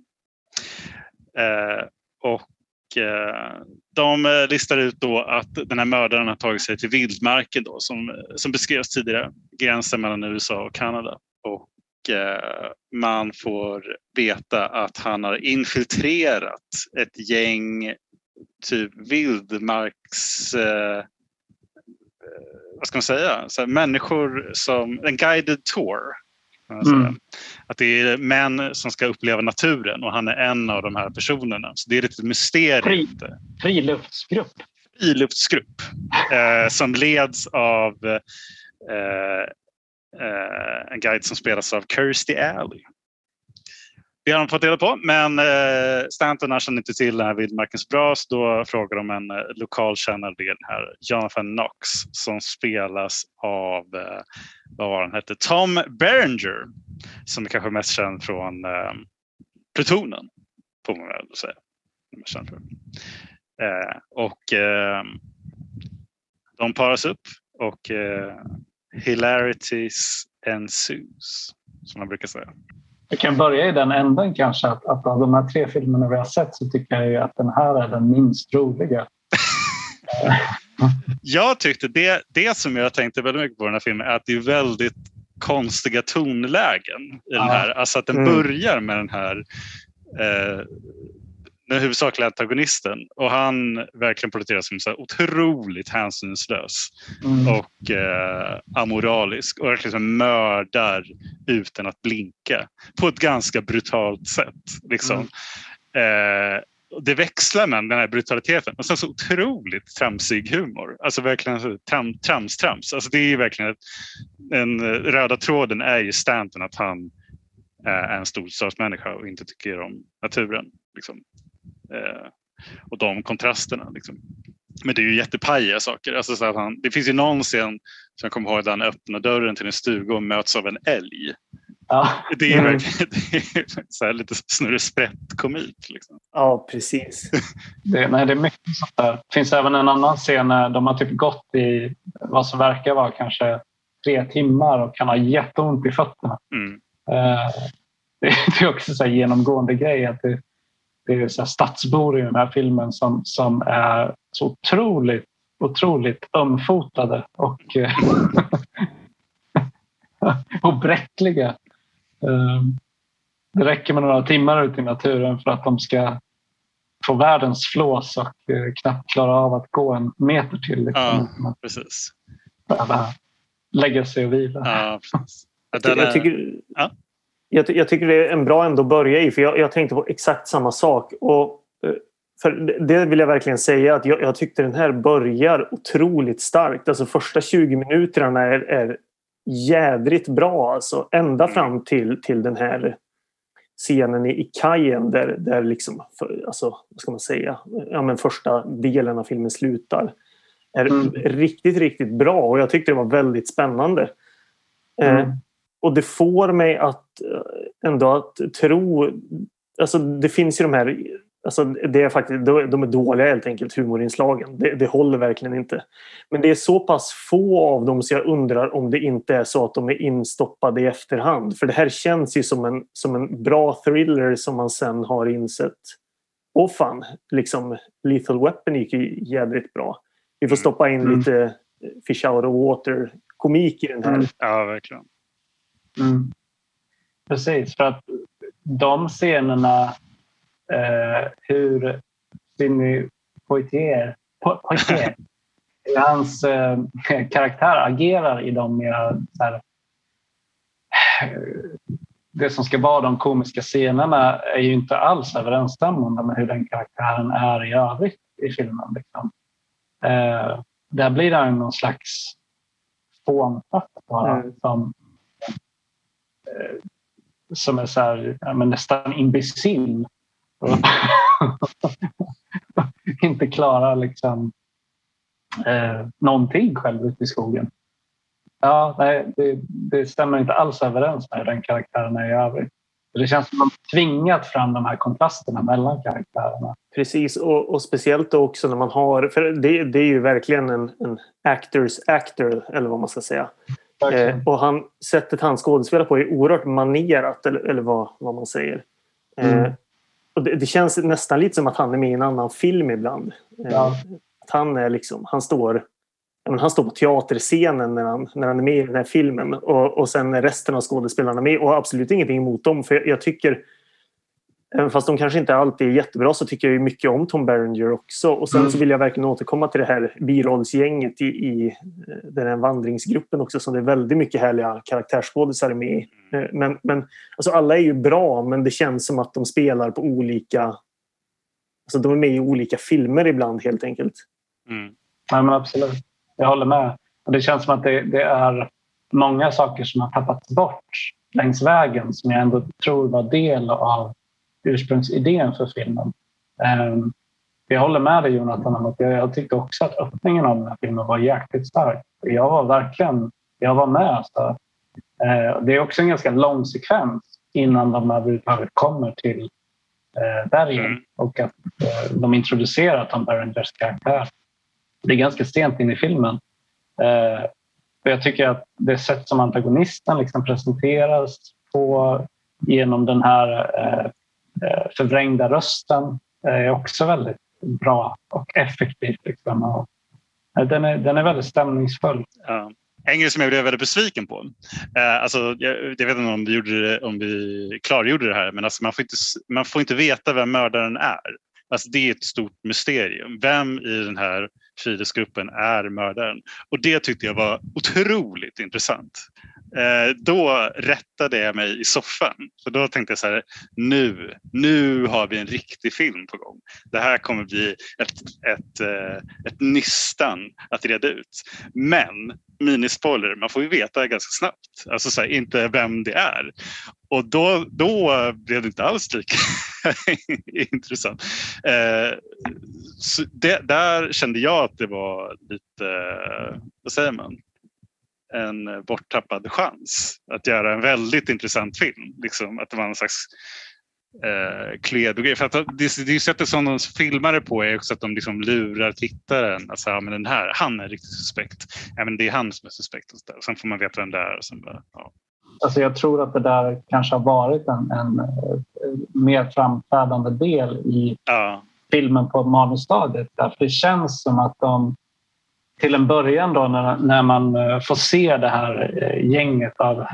Uh, och uh, de listar ut då att den här mördaren har tagit sig till vildmarken då, som, som beskrevs tidigare, gränsen mellan U S A och Kanada. Och uh, man får veta att han har infiltrerat ett gäng typ vildmarks... Uh, vad ska man säga? Så här, människor som en guided tour. Mm. Att det är män som ska uppleva naturen och han är en av de här personerna. Så det är lite mysterium. Fri, friluftsgrupp. Friluftsgrupp eh, som leds av eh, eh, en guide som spelas av Kirstie Alley. Det har de fått reda på, men eh, Stanton känner inte till den här vildmarken så bra, så då frågar de en eh, lokalkännare, den här Jonathan Knox, som spelas av, eh, vad var han hette, Tom Berenger, som är kanske mest känd från eh, Plutonen, får man väl säga. Känd för. Eh, och eh, de paras upp och eh, hilarities ensues, som man brukar säga. Vi kan börja i den änden kanske att, att av de här tre filmerna vi har sett så tycker jag ju att den här är den minst roliga. Jag tyckte det, det som jag tänkte väldigt mycket på den här filmen är att det är väldigt konstiga tonlägen i ja. den här. Alltså att den mm. börjar med den här eh, den huvudsakliga antagonisten och han verkligen porträtteras som så här otroligt hänsynslös mm. och eh, amoralisk och verkligen mördar utan att blinka på ett ganska brutalt sätt liksom. Mm. Eh, det växlar med den här brutaliteten och sen så otroligt tramsig humor, alltså verkligen så tram, trams trams, alltså det är verkligen ett, en röda tråden är ju Stanton att han är en storstadsmänniska och inte tycker om naturen liksom. Eh, och de kontrasterna liksom. Men det är ju jättepajiga saker alltså, så att han, det finns ju någon scen som jag kommer ihåg där han öppnar dörren till en stuga och möts av en älg. Ja. Det är, mm. verkligen, det är så här lite snurresprätt komik liksom. Ja, precis. det, nej, det är mycket sånt där. Det finns även en annan scen där de har typ gått i vad som verkar vara kanske tre timmar och kan ha jätteont i fötterna. Mm. Eh, det, det är också så här genomgående grej att det Det är så här stadsbor i den här filmen som, som är så otroligt, otroligt ömfotade och, och bräckliga. Det räcker med några timmar ute i naturen för att de ska få världens flås och knappt klara av att gå en meter till. Liksom. Ja, precis. Bara lägga sig och vila. Ja, precis. Jag, jag tycker... Ja. Jag, jag tycker det är en bra ändå att börja i, för jag, jag tänkte på exakt samma sak. Och för det vill jag verkligen säga att jag, jag tyckte den här börjar otroligt starkt. Alltså första tjugo minuterna är, är jädrigt bra. Alltså ända fram till, till den här scenen i, i kajen där, där liksom, för, alltså, vad ska man säga, ja, men första delen av filmen slutar. Är mm. riktigt, riktigt bra och jag tyckte det var väldigt spännande. Mm. Eh, Och det får mig att ändå att tro alltså det finns ju de här, alltså det är faktiskt, de är dåliga helt enkelt, humorinslagen. Det, det håller verkligen inte. Men det är så pass få av dem så jag undrar om det inte är så att de är instoppade i efterhand. För det här känns ju som en, som en bra thriller som man sen har insett. Åh fan, liksom Lethal Weapon gick ju jävligt bra. Vi får stoppa in mm. lite fish out of water komik i den här. Mm. Ja, verkligen. Mm. Precis, för att de scenerna eh, hur Sidney Poitier, po- Poitier hans eh, karaktär agerar i de mer så här, det som ska vara de komiska scenerna är ju inte alls överensstämmande med hur den karaktären är i övrigt i filmen. Liksom. Eh, där blir det någon slags fånfatt bara mm. som, eh, som är så här, ja, men nästan imbecill. Inte klara liksom, eh, någonting själv ute i skogen. Ja, nej, det, det stämmer inte alls överens med den karaktären är i övrigt. Det känns som att man tvingat fram de här kontrasterna mellan karaktärerna. Precis, och, och speciellt då också när man har... För det, det är ju verkligen en, en actors actor, eller vad man ska säga. Eh, och han, sättet han skådespelar på är oerhört manerat, eller, eller vad, vad man säger. Eh, mm. och det, det känns nästan lite som att han är med i en annan film ibland. Eh, ja. Att han är liksom... Han står... Men han står på teaterscenen när han, när han är med i den här filmen. Och, och sen är resten av skådespelarna med. Och absolut ingenting emot dem. För jag, jag tycker, även fast de kanske inte alltid är jättebra, så tycker jag ju mycket om Tom Berenger också. Och sen mm. så vill jag verkligen återkomma till det här birollsgänget i, i den här vandringsgruppen också. Som det är väldigt mycket härliga karaktärsskådisar med i. Men, men alltså alla är ju bra, men det känns som att de spelar på olika... Alltså de är med i olika filmer ibland helt enkelt. Mm. Ja, men absolut. Jag håller med. Och det känns som att det, det är många saker som har tappats bort längs vägen som jag ändå tror var del av ursprungsidén för filmen. Um, jag håller med dig, Jonathan, om att jag, jag tyckte också att öppningen av den här filmen var jäkligt stark. Jag var verkligen, jag var med. Så, uh, det är också en ganska lång sekvens innan de överhuvudtaget kommer till uh, bergen mm. och att uh, de introducerar Tom Berengers karaktär. Det är ganska sent in i filmen. Eh, jag tycker att det sätt som antagonisten liksom presenteras på genom den här eh, förvrängda rösten är också väldigt bra och effektiv. Liksom. Och, eh, den, är, den är väldigt stämningsfull. Ja. En grej som jag blev väldigt besviken på. Eh, alltså, jag, jag vet inte om vi, gjorde det, om vi klargjorde det här, men alltså, man, får inte, man får inte veta vem mördaren är. Alltså, det är ett stort mysterium. Vem i den här Fidesz-gruppen är mördaren? Och det tyckte jag var otroligt intressant. Eh, då rättade jag mig i soffan. För då tänkte jag så här, nu, nu har vi en riktig film på gång. Det här kommer bli ett, ett, ett, ett nystan att reda ut. Men, minispoiler, man får ju veta ganska snabbt. Alltså så här, inte vem det är. Och då, då blev det inte alls lika intressant. Eh, så det, där kände jag att det var lite, vad säger man? En borttappad chans att göra en väldigt intressant film. Liksom, att det var en slags eh, kledogrej. För att det, det sättet som de filmar det på är också att de liksom lurar tittaren. Alltså, ja, men den här, han är riktigt suspekt. Ja, men det är han som är suspekt. Och så där. Sen får man veta vem det är. Och sen bara, ja. Alltså jag tror att det där kanske har varit en, en, en mer framträdande del i ja. filmen på manusstadiet. Därför det känns som att de till en början då när, när man får se det här gänget av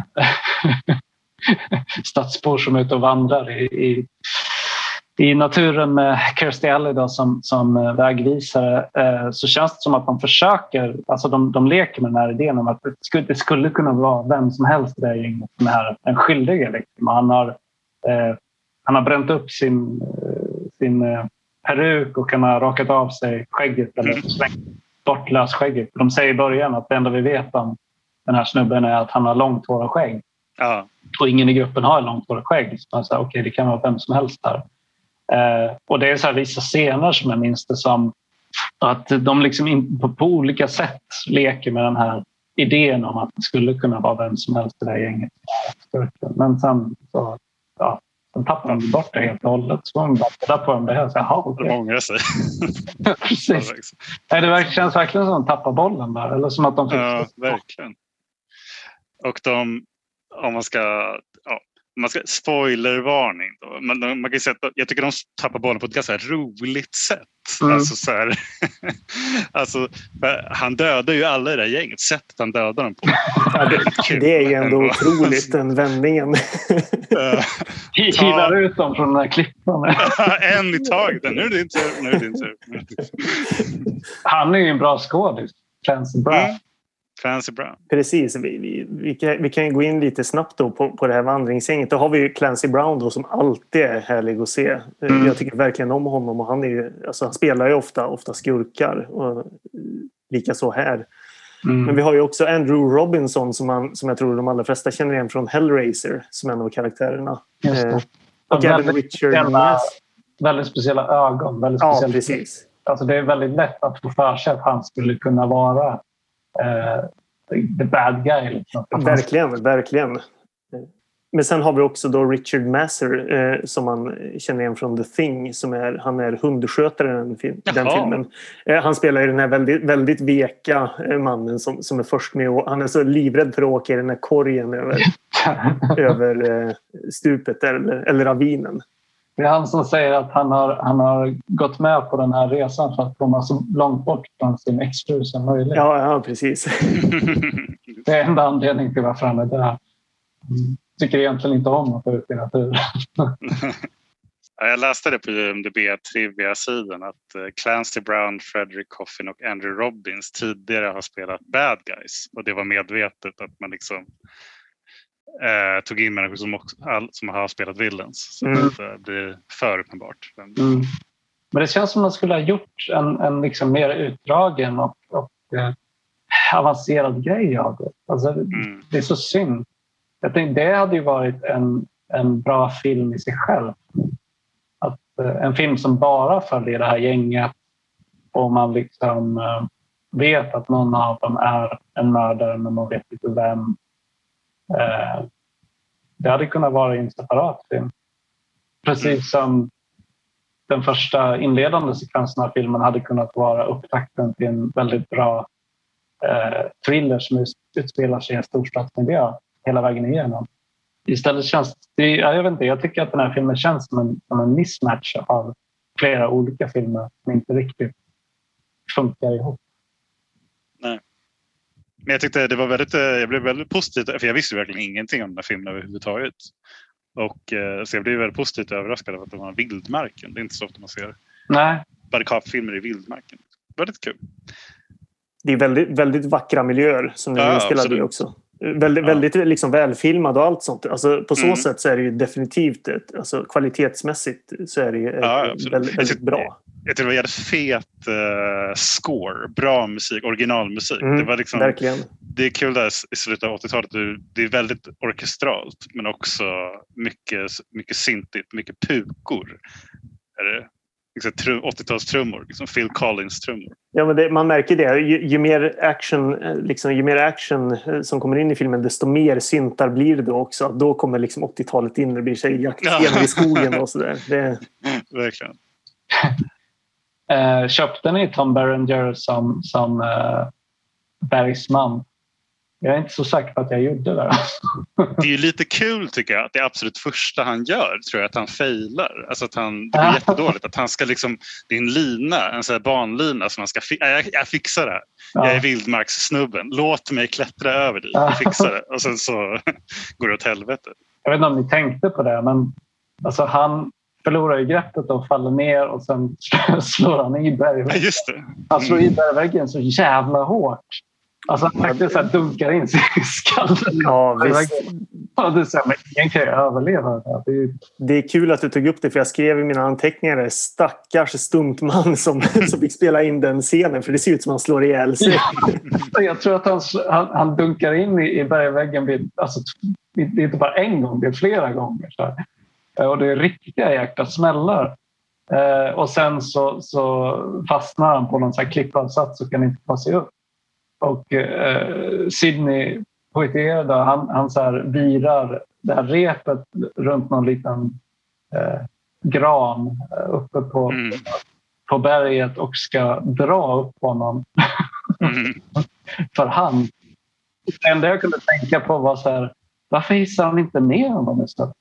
stadsbor som är ute och vandrar i, i, i naturen med Kirstie Alley då som, som vägvisare, eh, så känns det som att de försöker, alltså de, de leker med den här idén om att det skulle, det skulle kunna vara vem som helst i det här gänget som är en skyldige. Liksom. Han, har, eh, han har bränt upp sin, sin eh, peruk och han har rakat av sig skägget eller slängt bort lösskägget. De säger i början att det enda vi vet om den här snubben är att han har långt hår och skägg. Ja. Och ingen i gruppen har långt hår och skägg. Så man säger, okej, okay, det kan vara vem som helst där. Eh, och det är så här vissa scener som jag minns det som att de liksom in, på, på olika sätt leker med den här idén om att det skulle kunna vara vem som helst i det här gänget. Men sen så, ja, Sen tappade de bort det helt och hållet. Så de bara på dem det här. Så, jaha, okej. De ångrar sig. Precis. Nej, det känns verkligen som att de tappar bollen där. Eller som att de fick... Ja, verkligen. Och de, om man ska... Ja, man ska spoilervarning då. Man, man kan ju säga att jag tycker de tappar bollen på ett ganska roligt sätt. Mm. Alltså så här, alltså, han dödar ju alla i det här gänget. Sättet han dödar dem på. Ja, det, det är ju ändå otroligt, den vändningen. Hivar ut dem från den här klippan. En i taget. Nu är det inte nu är det inte. Han är ju en bra skådis. Clancy Brown. Mm. Clancy Brown. Precis. Vi, vi, vi, kan, vi kan gå in lite snabbt då på, på det här vandringsgänget. Då har vi ju Clancy Brown då, som alltid är härlig att se. Mm. Jag tycker verkligen om honom. Och han, är ju, alltså, han spelar ju ofta, ofta skurkar. Och lika så här. Mm. Men vi har ju också Andrew Robinson som, man, som jag tror de allra flesta känner igen från Hellraiser. Som en av karaktärerna. Just det. Eh, och även Richard speciella, väldigt speciella ögon. Väldigt ja, speciella. Precis. Alltså, det är väldigt lätt att få för sig att han skulle kunna vara Uh, the bad guy. Liksom. Verkligen, verkligen. Men sen har vi också då Richard Masur eh, som man känner igen från The Thing. Som är, han är hundskötare i den, film, den filmen. Eh, han spelar ju den här väldigt, väldigt veka eh, mannen som, som är först med. Och han är så livrädd för att åka i den här korgen över, över eh, stupet eller, eller ravinen. Det är han som säger att han har, han har gått med på den här resan för att komma så långt bort från sin exfru som möjligt. Ja, ja, precis. Det är enda anledningen till varför han är där. Tycker egentligen inte om att få ut i naturen. Jag läste det på I M D B-trivia-sidan att Clancy Brown, Frederick Coffin och Andrew Robbins tidigare har spelat bad guys. Och det var medvetet att man liksom... Eh, tog in människor som, också, all, som har spelat villains. Så mm. att det blir för uppenbart. Mm. Men det känns som att man skulle ha gjort en, en liksom mer utdragen och, och eh, avancerad grej av det. Alltså, mm. Det är så synd. Jag tänkte, det hade ju varit en, en bra film i sig själv. Att, eh, en film som bara följer det här gänget och man liksom eh, vet att någon av dem är en mördare men man vet inte vem. Eh, det hade kunnat vara en separat film. Precis som den första inledande sekvensen av filmen hade kunnat vara upptakten till en väldigt bra eh, thriller som utspelar sig i en storstadsmiljö hela vägen igenom. Istället känns det, jag vet inte, jag tycker att den här filmen känns som en, som en mismatch av flera olika filmer som inte riktigt funkar ihop. Nej. Men jag tyckte det var väldigt, jag blev väldigt positiv, för jag visste verkligen ingenting om den här filmen överhuvudtaget. Och så jag blev väldigt positivt överraskad av att det var vildmarken. Det är inte så ofta man ser barrikadfilmer i vildmarken. Väldigt kul. Det är väldigt, väldigt vackra miljöer som ni ja, spelade i också. Väldigt, ja. väldigt liksom välfilmad och allt sånt. Alltså, på så mm. sätt så är det ju definitivt ett, alltså, kvalitetsmässigt så är det ju ja, väldigt, väldigt bra. Jag tycker det var jävligt fet uh, score, bra musik, originalmusik. Mm, det var liksom, verkligen. Det är kul där i slutet av åttiotalet. Det är väldigt orkestralt men också mycket, mycket syntigt, mycket pukor. Är det? Liksom, åttiotalstrummor, liksom Phil Collins-trummor. Ja, men det, man märker det. Ju, ju, mer action, liksom, ju mer action som kommer in i filmen, desto mer syntar blir det då också. Då kommer liksom åttiotalet in och det blir jaktscener i skogen och sådär. Det... Verkligen. Uh, köpte ni Tom Berenger som, som uh, Bergsman? Jag är inte så säker på att jag gjorde det. Det är ju lite kul tycker jag att det absolut första han gör tror jag att han failar. Alltså att han, det blir jättedåligt. Att han ska liksom, det är en lina, en sån här banlina som man ska, fi- jag, jag fixar det här. Ja. Jag är vildmarkssnubben. Låt mig klättra över dig. Jag fixar det. Och sen så går det åt helvete. Jag vet inte om ni tänkte på det, men alltså han förlorar ju greppet och faller ner och sen slår han i bergväggen. Ja, just det. Mm. Han slår i bergväggen så jävla hårt. Alltså han faktiskt så här dunkar in sig i skallen. Ja, visst. Ja, det är så här, men ingen kan ju överleva det. Det är... det är kul att du tog upp det, för jag skrev i mina anteckningar stackars stuntman som, som fick spela in den scenen, för det ser ut som han slår ihjäl sig. Ja, jag tror att han, han, han dunkar in i, i bergväggen vid, alltså, det är inte bara en gång, det är flera gånger. Så här. Och det är riktiga jäkla smällar. Eh, och sen så, så fastnar han på någon sån här klippavsats och kan inte ta sig upp. Och eh, Sidney Poitier då, han, han så här virar det här repet runt någon liten eh, gran uppe på, mm. på berget och ska dra upp honom mm. för hand. Det enda jag kunde tänka på var så här, varför hissar han inte ner honom istället?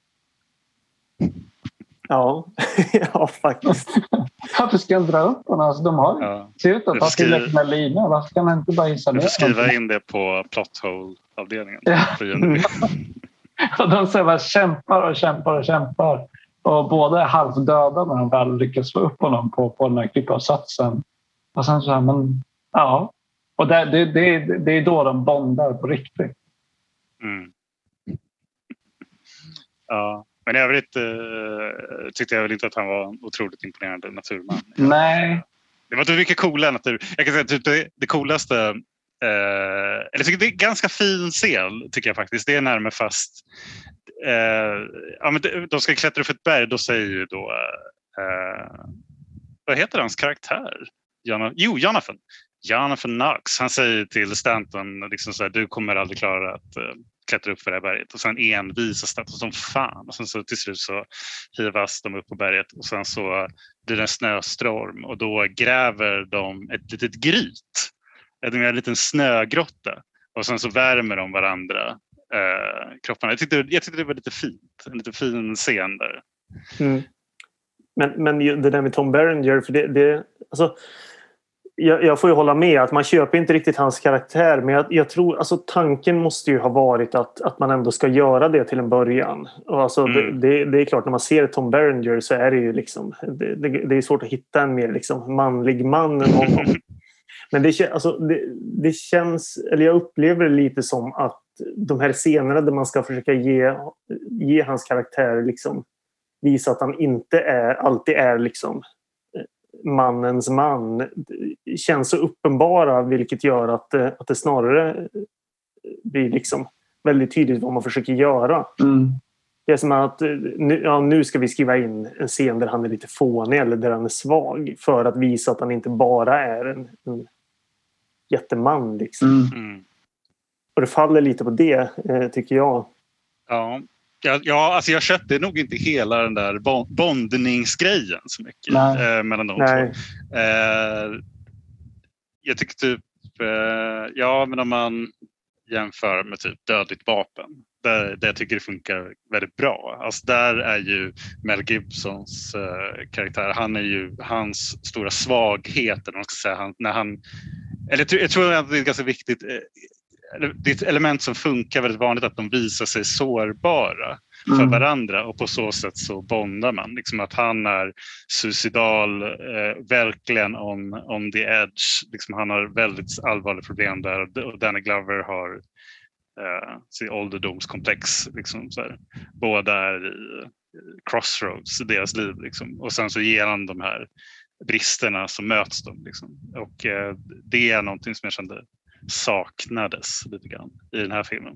Ja, ja faktiskt. Varför ska han dra upp honom? Alltså, de har Ja. ser ut att ha tillräckligt med lina. Varför kan han inte bara hissa ner honom? Du får skriva honom? in det på plothole-avdelningen. Ja. Mm. Och de så bara kämpar och kämpar och kämpar. Och båda är halvdöda när de väl lyckas få upp honom på, på den här krypavsatsen. Och sen så här, men ja. Och det, det, det, det är då de bondar på riktigt. Mm. Ja, men i övrigt eh, tyckte jag väl inte att han var en otroligt imponerande naturman. Nej. Det var inte mycket coola natur. Jag kan säga typ det, det coolaste, eh, eller jag tycker det är en ganska fin scen tycker jag faktiskt. Det är närmare fast eh, ja, men de, de ska klättra upp ett berg, då säger ju då eh, vad heter hans karaktär? Jana, jo, Jonathan. Jonathan Knox, han säger till Stanton liksom så här, du kommer aldrig klara att uh, klättra upp för det här berget. Och sen envisas Stanton som fan. Och sen så till slut så hivas de upp på berget. Och sen så blir det en snöstorm. Och då gräver de ett litet gryt. En liten snögrotta. Och sen så värmer de varandra uh, kropparna. Jag tyckte, jag tyckte det var lite fint. En lite fin scen där. Mm. Men, men det där med Tom Berenger, för det... det alltså... Jag, jag får ju hålla med att man köper inte riktigt hans karaktär, men jag, jag tror alltså tanken måste ju ha varit att, att man ändå ska göra det till en början. Och alltså, mm. det, det, det är klart, när man ser Tom Berenger så är det ju liksom det, det, det är svårt att hitta en mer liksom manlig man än honom. Men det, alltså, det, det känns, eller jag upplever det lite som att de här scenerna där man ska försöka ge, ge hans karaktär liksom, visa att han inte är, alltid är liksom mannens man, känns så uppenbara, vilket gör att, att det snarare blir liksom väldigt tydligt vad man försöker göra. Mm. Det är som att nu, ja, nu ska vi skriva in en scen där han är lite fånig eller där han är svag för att visa att han inte bara är en, en jätteman liksom. Mm. Och det faller lite på det, eh, tycker jag. Ja. Ja, ja, alltså jag köpte nog inte hela den där bondningsgrejen så mycket eh, mellan de Nej. två. Eh, jag tycker typ, eh, ja men om man jämför med typ Dödligt vapen, där, där jag tycker det funkar väldigt bra. Alltså där är ju Mel Gibsons eh, karaktär, han är ju hans stora svaghet, eller man ska säga, han, när han, eller jag tror att det är ganska viktigt, eh, det är ett element som funkar väldigt vanligt, att de visar sig sårbara för mm. varandra, och på så sätt så bondar man. Liksom att han är suicidal, eh, verkligen on, on the edge. Liksom han har väldigt allvarliga problem där, och Danny Glover har eh, sin ålderdomskomplex. Liksom, så här. Båda är i crossroads i deras liv. Liksom. Och sen så genom de här bristerna så möts de. Liksom. Och eh, det är någonting som jag kände saknades lite grann i den här filmen.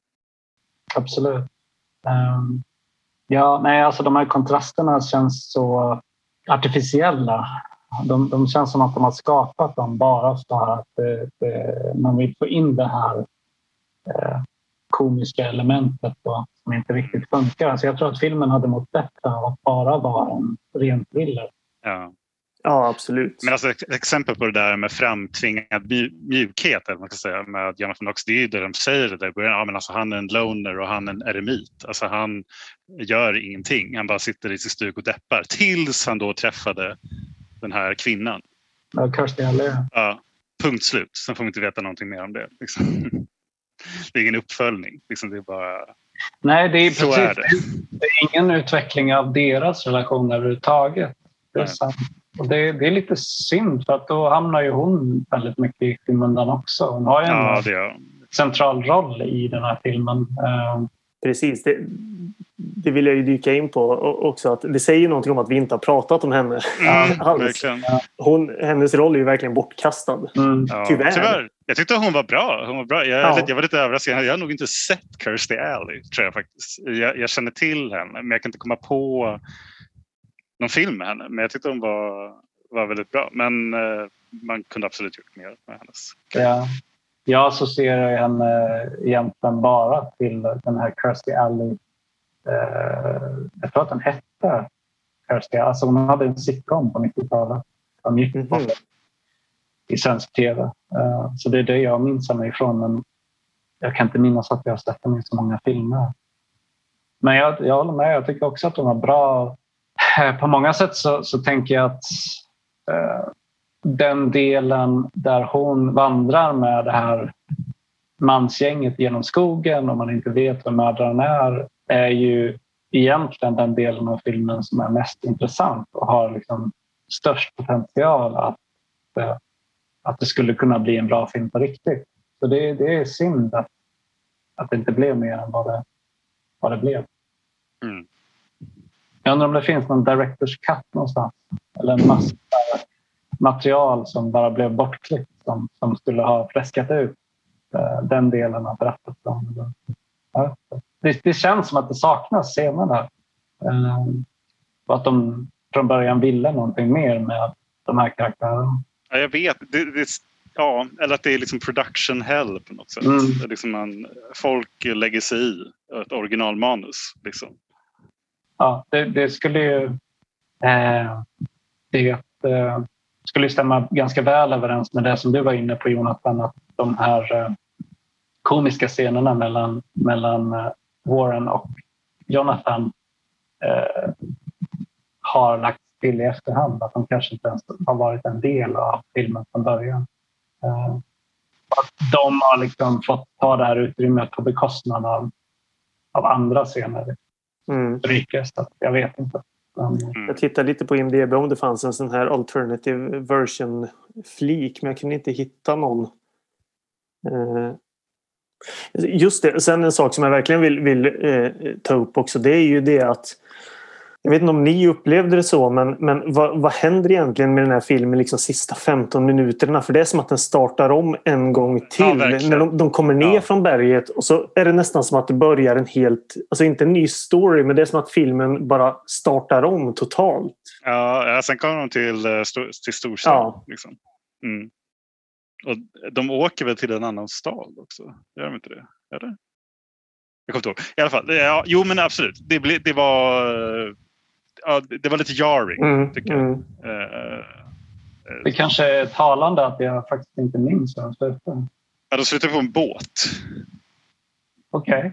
Absolut. Um, ja, nej, alltså de här kontrasterna känns så artificiella. De, de känns som att de har skapat dem bara för att det, det, man vill få in det här eh, komiska elementet då, som inte riktigt funkar. Alltså jag tror att filmen hade mått bättre av att bara vara en ren thriller. Ja. Ja, absolut. Men alltså ett exempel på det där med framtvingad mjukhet, eller man kan säga, med Jonathan Knox, det är ju det de säger det där i början. Ja, men alltså han är en loner och han är en eremit. Alltså han gör ingenting. Han bara sitter i sin stug och deppar. Tills han då träffade den här kvinnan. Ja, Kirstie Alley. Ja, punkt slut. Sen får vi inte veta någonting mer om det. Liksom. Det är ingen uppföljning. Liksom, det är bara... Nej, det är så precis. är det. Det är ingen utveckling av deras relation överhuvudtaget. Det är sant. Och det, det är lite synd, för att då hamnar ju hon väldigt mycket i skymundan också. Hon har ju en ja, det är... central roll i den här filmen. Precis, det, det vill jag ju dyka in på också. Att det säger någonting om att vi inte har pratat om henne. Mm, verkligen. Hon, hennes roll är ju verkligen bortkastad. Mm. Ja, tyvärr. tyvärr. Jag tyckte hon var bra. Hon var bra. Jag, ja. jag var lite överraskad. Jag har nog inte sett Kirstie Alley, tror jag faktiskt. Jag, jag känner till henne, men jag kan inte komma på någon film med henne, men jag tyckte hon var, var väldigt bra. Men eh, man kunde absolut gjort mer med hennes. Ja. Jag associerar henne egentligen bara till den här Kirstie Alley eh, jag tror att den hette Kirsty. Alltså hon hade en sitcom på nittiotalet. De gick på Mm-hmm. i svensk tv. Uh, så det är det jag minns mig ifrån. Men jag kan inte minnas att jag har sett dem i så många filmer. Men jag, jag håller med. Jag tycker också att de var bra. På många sätt så, så tänker jag att uh, den delen där hon vandrar med det här mansgänget genom skogen och man inte vet vem mördaren är, är ju egentligen den delen av filmen som är mest intressant och har liksom störst potential att, att det skulle kunna bli en bra film på riktigt. Så det, det är synd att, att det inte blev mer än vad det, vad det blev. Mm. Jag undrar om det finns någon director's cut någonstans eller en massa material som bara blev bortklippt som, som skulle ha fläskat ut den delen av berättelsen. Ja. Det, det känns som att det saknas scener där. Um, och att de från början ville någonting mer med de här karaktärerna. Ja, jag vet. Det, det, ja, eller att det är liksom production hell på något sätt. Mm. Det är liksom en, folk lägger sig i ett originalmanus. Liksom. Ja, det, det skulle ju eh, det eh, skulle stämma ganska väl överens med det som du var inne på, Jonathan, att de här eh, komiska scenerna mellan, mellan eh, Warren och Jonathan eh, har lagt till i efterhand, att de kanske inte ens har varit en del av filmen från början. Eh, att de har liksom fått ta det här utrymmet på bekostnad av, av andra scener. Mm. Rikest, jag vet inte. Men, Mm. Jag tittade lite på I M D B om det fanns en sån här alternative version flik, men jag kunde inte hitta någon. Eh, just det, sen en sak som jag verkligen vill, vill eh, ta upp också, det är ju det att jag vet inte om ni upplevde det så, men, men vad, vad händer egentligen med den här filmen liksom sista femton minuterna? För det är som att den startar om en gång till. Ja, när de, de kommer ner ja. från berget och så är det nästan som att det börjar en helt, alltså inte en ny story, men det är som att filmen bara startar om totalt. Ja, sen kommer de till, till storstan. Ja. Liksom. Mm. Och de åker väl till en annan stad också? Gör de inte det? Eller? Jag kommer inte ihåg. I alla fall, ja, jo men absolut. Det, ble, det var... Ja, det var lite jarring, Mm, tycker jag. mm. Uh, det kanske är talande att jag faktiskt inte minns hur de slutade. Ja, de slutade på en båt. Okej.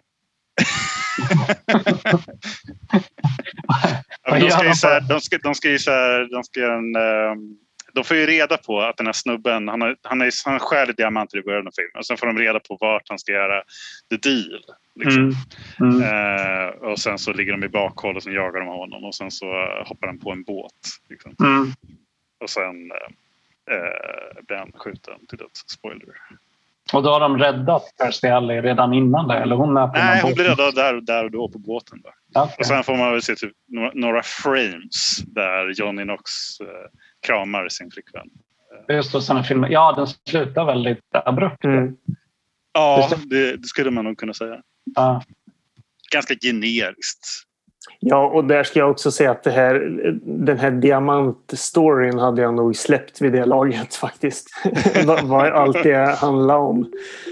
Ja, de ska ju så här, de ska, de ska ju så här, de ska göra en, um, de får ju reda på att den här snubben, han har, han är, han stjäl diamanter i början av filmen. Och sen får de reda på vart han ska göra the deal. Liksom. Mm. Mm. Uh, och sen så ligger de i bakhåll och sen jagar de honom. Och sen så uh, hoppar han på en båt. Liksom. Mm. Och sen uh, uh, blir han skjuten till döds. Spoiler. Och då har de räddat Kirstie Alley redan innan det? Eller hon är på Nej, hon båt? blir räddad där, där och då på båten. Då. Okay. Och sen får man väl se typ några, några frames där Johnny Knox uh, kramar sin flickvän. Just då, såna filmer. Ja, den slutar väldigt abrupt. Mm. Ja, det, det skulle man nog kunna säga. Ja. Ganska generiskt. Ja, och där ska jag också säga att det här, den här diamantstoryn hade jag nog släppt vid det laget faktiskt. vad, vad allt det handlar om.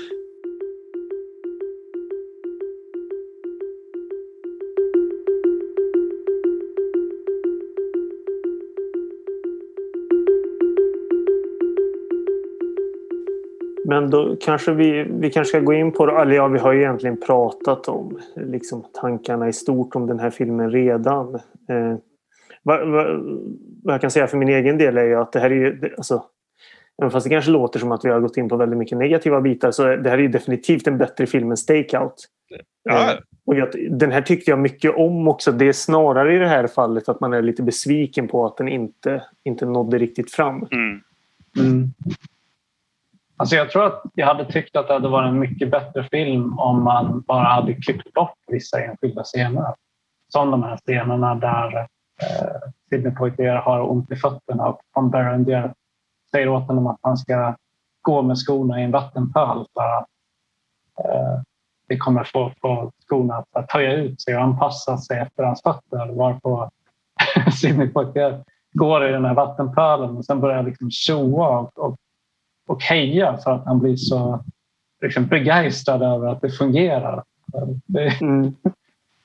Men då kanske vi, vi kanske ska gå in på det. Eller ja, vi har ju egentligen pratat om liksom, tankarna i stort om den här filmen redan. Eh, vad, vad, vad jag kan säga för min egen del är ju att det här är ju... Alltså, även fast det kanske låter som att vi har gått in på väldigt mycket negativa bitar, så är det här är ju definitivt en bättre film än Stakeout. Ja. Eh, och jag, den här tyckte jag mycket om också. Det är snarare i det här fallet att man är lite besviken på att den inte, inte nådde riktigt fram. Mm. Mm. Alltså jag tror att jag hade tyckt att det hade varit en mycket bättre film om man bara hade klippt bort vissa enskilda scener. Som de här scenerna där eh, Sidney Poitier har ont i fötterna och Von Berenger säger åt honom att han ska gå med skorna i en vattenpöl för att eh, det kommer få, få skorna att, att töja ut sig och anpassa sig efter hans fötter. Varpå Sidney Poitier går i den här vattenpölen och sen börjar liksom tjoa och, och och heja för att han blir så liksom begeistrad över att det fungerar. Det, Mm.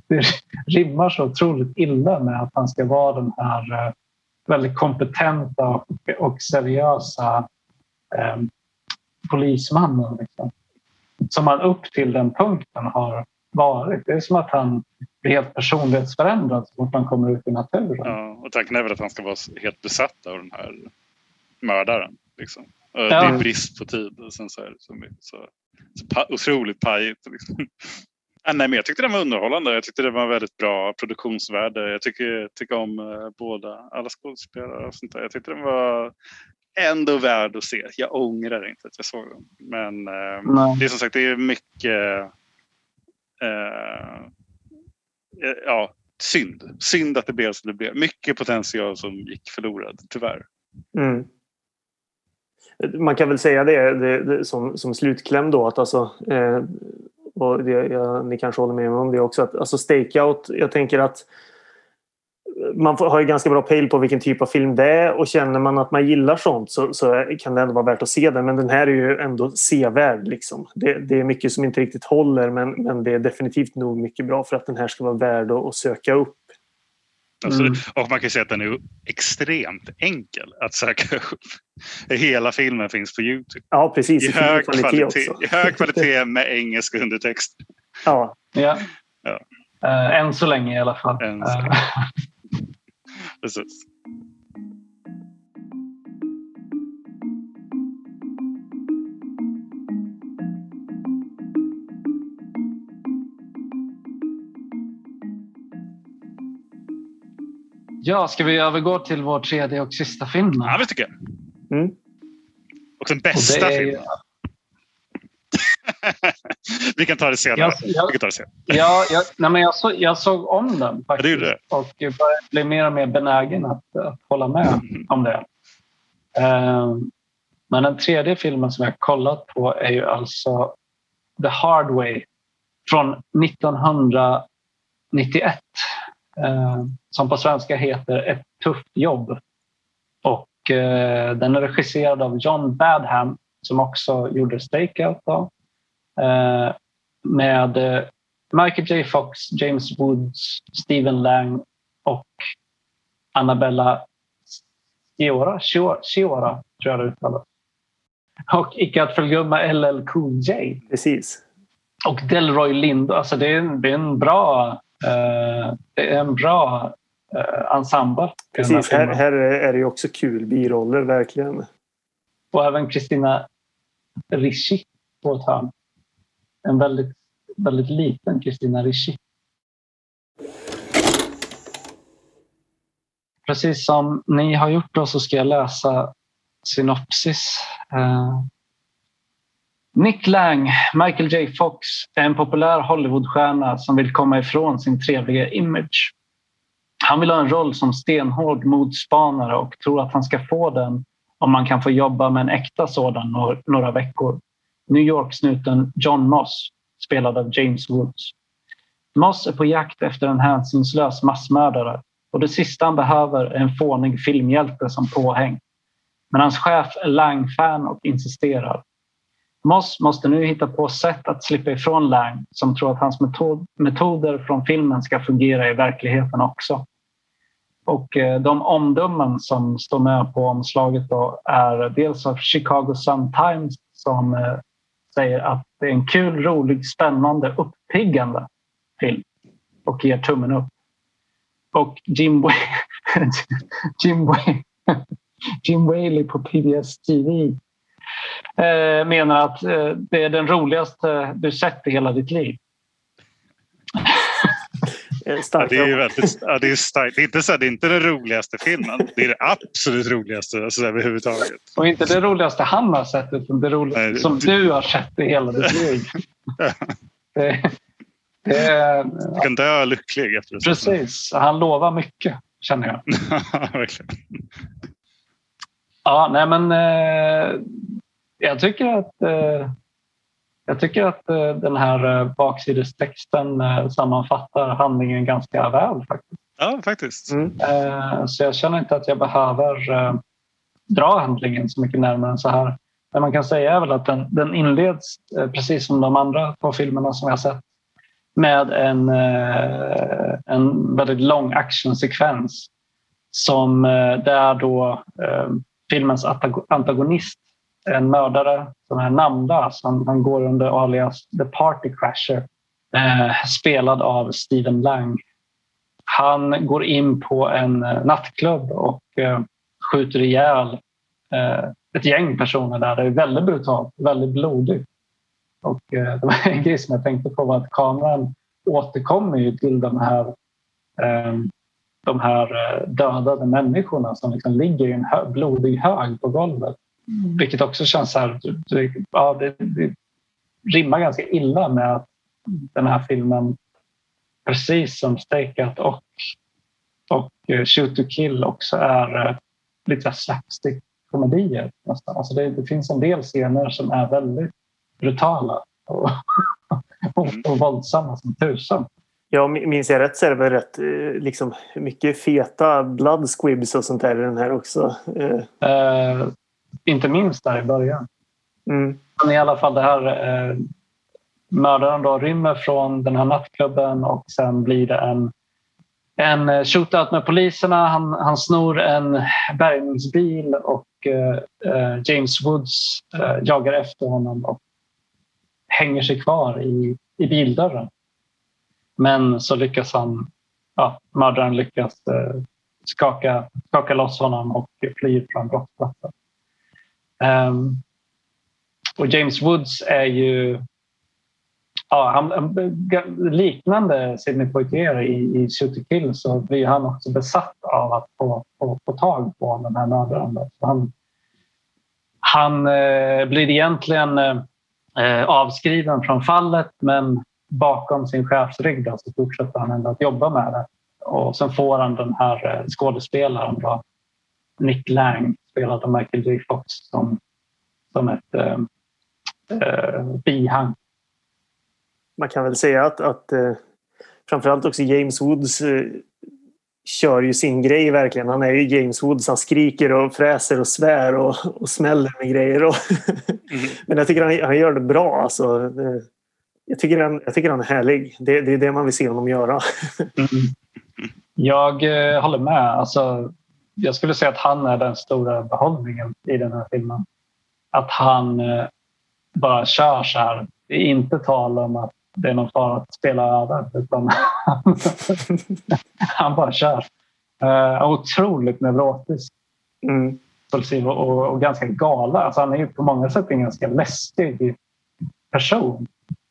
det rimmar så otroligt illa med att han ska vara den här väldigt kompetenta och, och seriösa eh, polismannen. Liksom. Som han upp till den punkten har varit. Det är som att han blir helt personlighetsförändrad så fort han kommer ut i naturen. Ja, och tanken är väl att han ska vara helt besatt av den här mördaren. Liksom. Ja. Det är brist på tid. Och sen så är det så, så, så pa, otroligt pajigt. Liksom. Ja, nej, men jag tyckte den var underhållande. Jag tyckte det var väldigt bra produktionsvärde. Jag tycker, tycker om uh, båda, alla skådespelare och sånt där. Jag tyckte den var ändå värd att se. Jag ångrar inte att jag såg den. Men uh, det är som sagt, det är mycket uh, ja, synd. Synd att det blev som det blev. Mycket potential som gick förlorad, tyvärr. Mm. Man kan väl säga det, det, det som, som slutkläm då att alltså eh, och det, jag, ni kanske håller med mig om det också att alltså Stakeout, jag tänker att man får, har ju ganska bra pejl på vilken typ av film det är och känner man att man gillar sånt så, så kan det ändå vara värt att se den, men den här är ju ändå sevärd liksom. Det, det är mycket som inte riktigt håller men, men det är definitivt nog mycket bra för att den här ska vara värd att, att söka upp. Mm. Och man kan säga att den är extremt enkel att söka upp. Hela filmen finns på YouTube. Ja, precis. I, I hög kvalitet, kvalitet också. I hög kvalitet med engelsk undertext. Ja. Ja. Ja. Uh, än så länge i alla fall. Än så länge. Precis. Ja, ska vi övergå till vår tredje och sista film? Ja, det tycker jag. Mm. Och den bästa är... filmen. Vi kan ta det senare. Jag, jag, vi kan ta det senare. Ja, jag, nej, men jag, så, jag såg om den faktiskt. Ja, det det. Och började bli mer och mer benägen att, att hålla med mm. om det. Uh, men den tredje filmen som jag kollat på är ju alltså The Hard Way från nittonhundranittioett. Uh, som på svenska heter Ett tufft jobb. Och uh, den är regisserad av John Badham som också gjorde Stakeout då. Uh, med uh, Michael J. Fox, James Woods, Stephen Lang och Annabella Sciorra, Sciorra tror jag det uttalas. Och icke att förglömma L L Cool J. Precis. Och Delroy Lindo. Alltså det är en, det är en bra uh, det är en bra uh, ensemble. Precis, här, här är det ju också kul biroller verkligen. Och även Christina Ricci på ett hörn. En väldigt, väldigt liten Christina Ricci. Precis som ni har gjort då så ska jag läsa synopsis. Uh, Nick Lang, Michael J. Fox, är en populär Hollywoodstjärna som vill komma ifrån sin trevliga image. Han vill ha en roll som stenhård modspanare och tror att han ska få den om man kan få jobba med en äkta sådan några, några veckor. New York-snuten John Moss, spelad av James Woods. Moss är på jakt efter en hänsynslös massmördare och det sista han behöver är en fånig filmhjälte som påhäng. Men hans chef är Lang-fan och insisterar. Moss måste nu hitta på sätt att slippa ifrån Lang som tror att hans metod- metoder från filmen ska fungera i verkligheten också. Och eh, de omdömen som står med på omslaget då är dels av Chicago Sun-Times som eh, säger att det är en kul, rolig, spännande, uppiggande film och ger tummen upp. Och Jim, Way- Jim, Way- Jim Whaley på P B S T V eh, menar att eh, det är den roligaste du sett i hela ditt liv. Ja, det är ju väldigt, ja, det är starkt. Det är inte så, det är inte den roligaste filmen. Det är det absolut roligaste alltså, överhuvudtaget. Och inte det roligaste han har sett utan det roligaste Nej, det, som det, du har sett i hela ditt liv. det, det är, du kan dö lycklig efter det. Precis, han lovar mycket känner jag. Verkligen. Ja, nej men eh, jag tycker att eh, jag tycker att eh, den här eh, baksidestexten eh, sammanfattar handlingen ganska väl faktiskt. Ja, faktiskt. Mm. Eh, så jag känner inte att jag behöver eh, dra handlingen så mycket närmare än så här. Men man kan säga är väl att den, den inleds eh, precis som de andra två filmerna som jag har sett med en, eh, en väldigt lång actionsekvens som eh, där då eh, filmens antagonist, en mördare som är namnlös, han, han går under alias The Party Crasher, eh, spelad av Stephen Lang. Han går in på en eh, nattklubb och eh, skjuter ihjäl eh, ett gäng personer där. Det är väldigt brutalt, väldigt blodigt. Och eh, det var en grej som jag tänkte på var att kameran återkommer ju till de här, eh, de här dödade människorna som liksom ligger i en hö- blodig hög på golvet. Mm. Vilket också känns så här, det, ja, det, det rimmar ganska illa med att den här filmen, precis som Stakeout och, och Shoot to Kill, också är uh, lite slapstick-komedier nästan. Alltså det, det finns en del scener som är väldigt brutala och, och, och våldsamma som tusan. Ja, minns jag rätt så är det väl rätt liksom, mycket feta blood squibs och sånt där i den här också. Uh, inte minst där i början. Mm. Men i alla fall det här uh, mördaren då rymmer från den här nattklubben och sen blir det en, en shootout med poliserna. Han, han snor en bärgningsbil och uh, James Woods uh, jagar efter honom och hänger sig kvar i, i bildörren. Men så lyckas han, ja, mördaren lyckas uh, skaka, skaka loss honom och flyr från brottsplatsen. Um, och James Woods är ju ja, han, liknande Sidney Poitier i, i Shoot to Kill, så blir han också besatt av att få, få, få tag på den här mördaren. Han, han eh, blir egentligen eh, avskriven från fallet, men bakom sin chefsrygg då, så fortsätter han ändå att jobba med det. Och sen får han den här skådespelaren då, Nick Lang, spelad av Michael J. Fox, som, som ett eh, eh, bihang. Man kan väl säga att, att eh, framförallt också James Woods eh, kör ju sin grej verkligen. Han är ju James Woods, han skriker och fräser och svär och, och smäller med grejer. Och mm. Men jag tycker han, han gör det bra. Alltså. Eh, jag, tycker han, jag tycker han är härlig. Det, det är det man vill se honom göra. mm. Jag eh, håller med. Alltså, jag skulle säga att han är den stora behållningen i den här filmen. Att han eh, bara kör så här. Det är inte tal om att det är någon fara att spela över, utan han bara kör. Uh, otroligt neurotisk. Mm. Och, och, och ganska galen. Alltså han är ju på många sätt en ganska läskig person.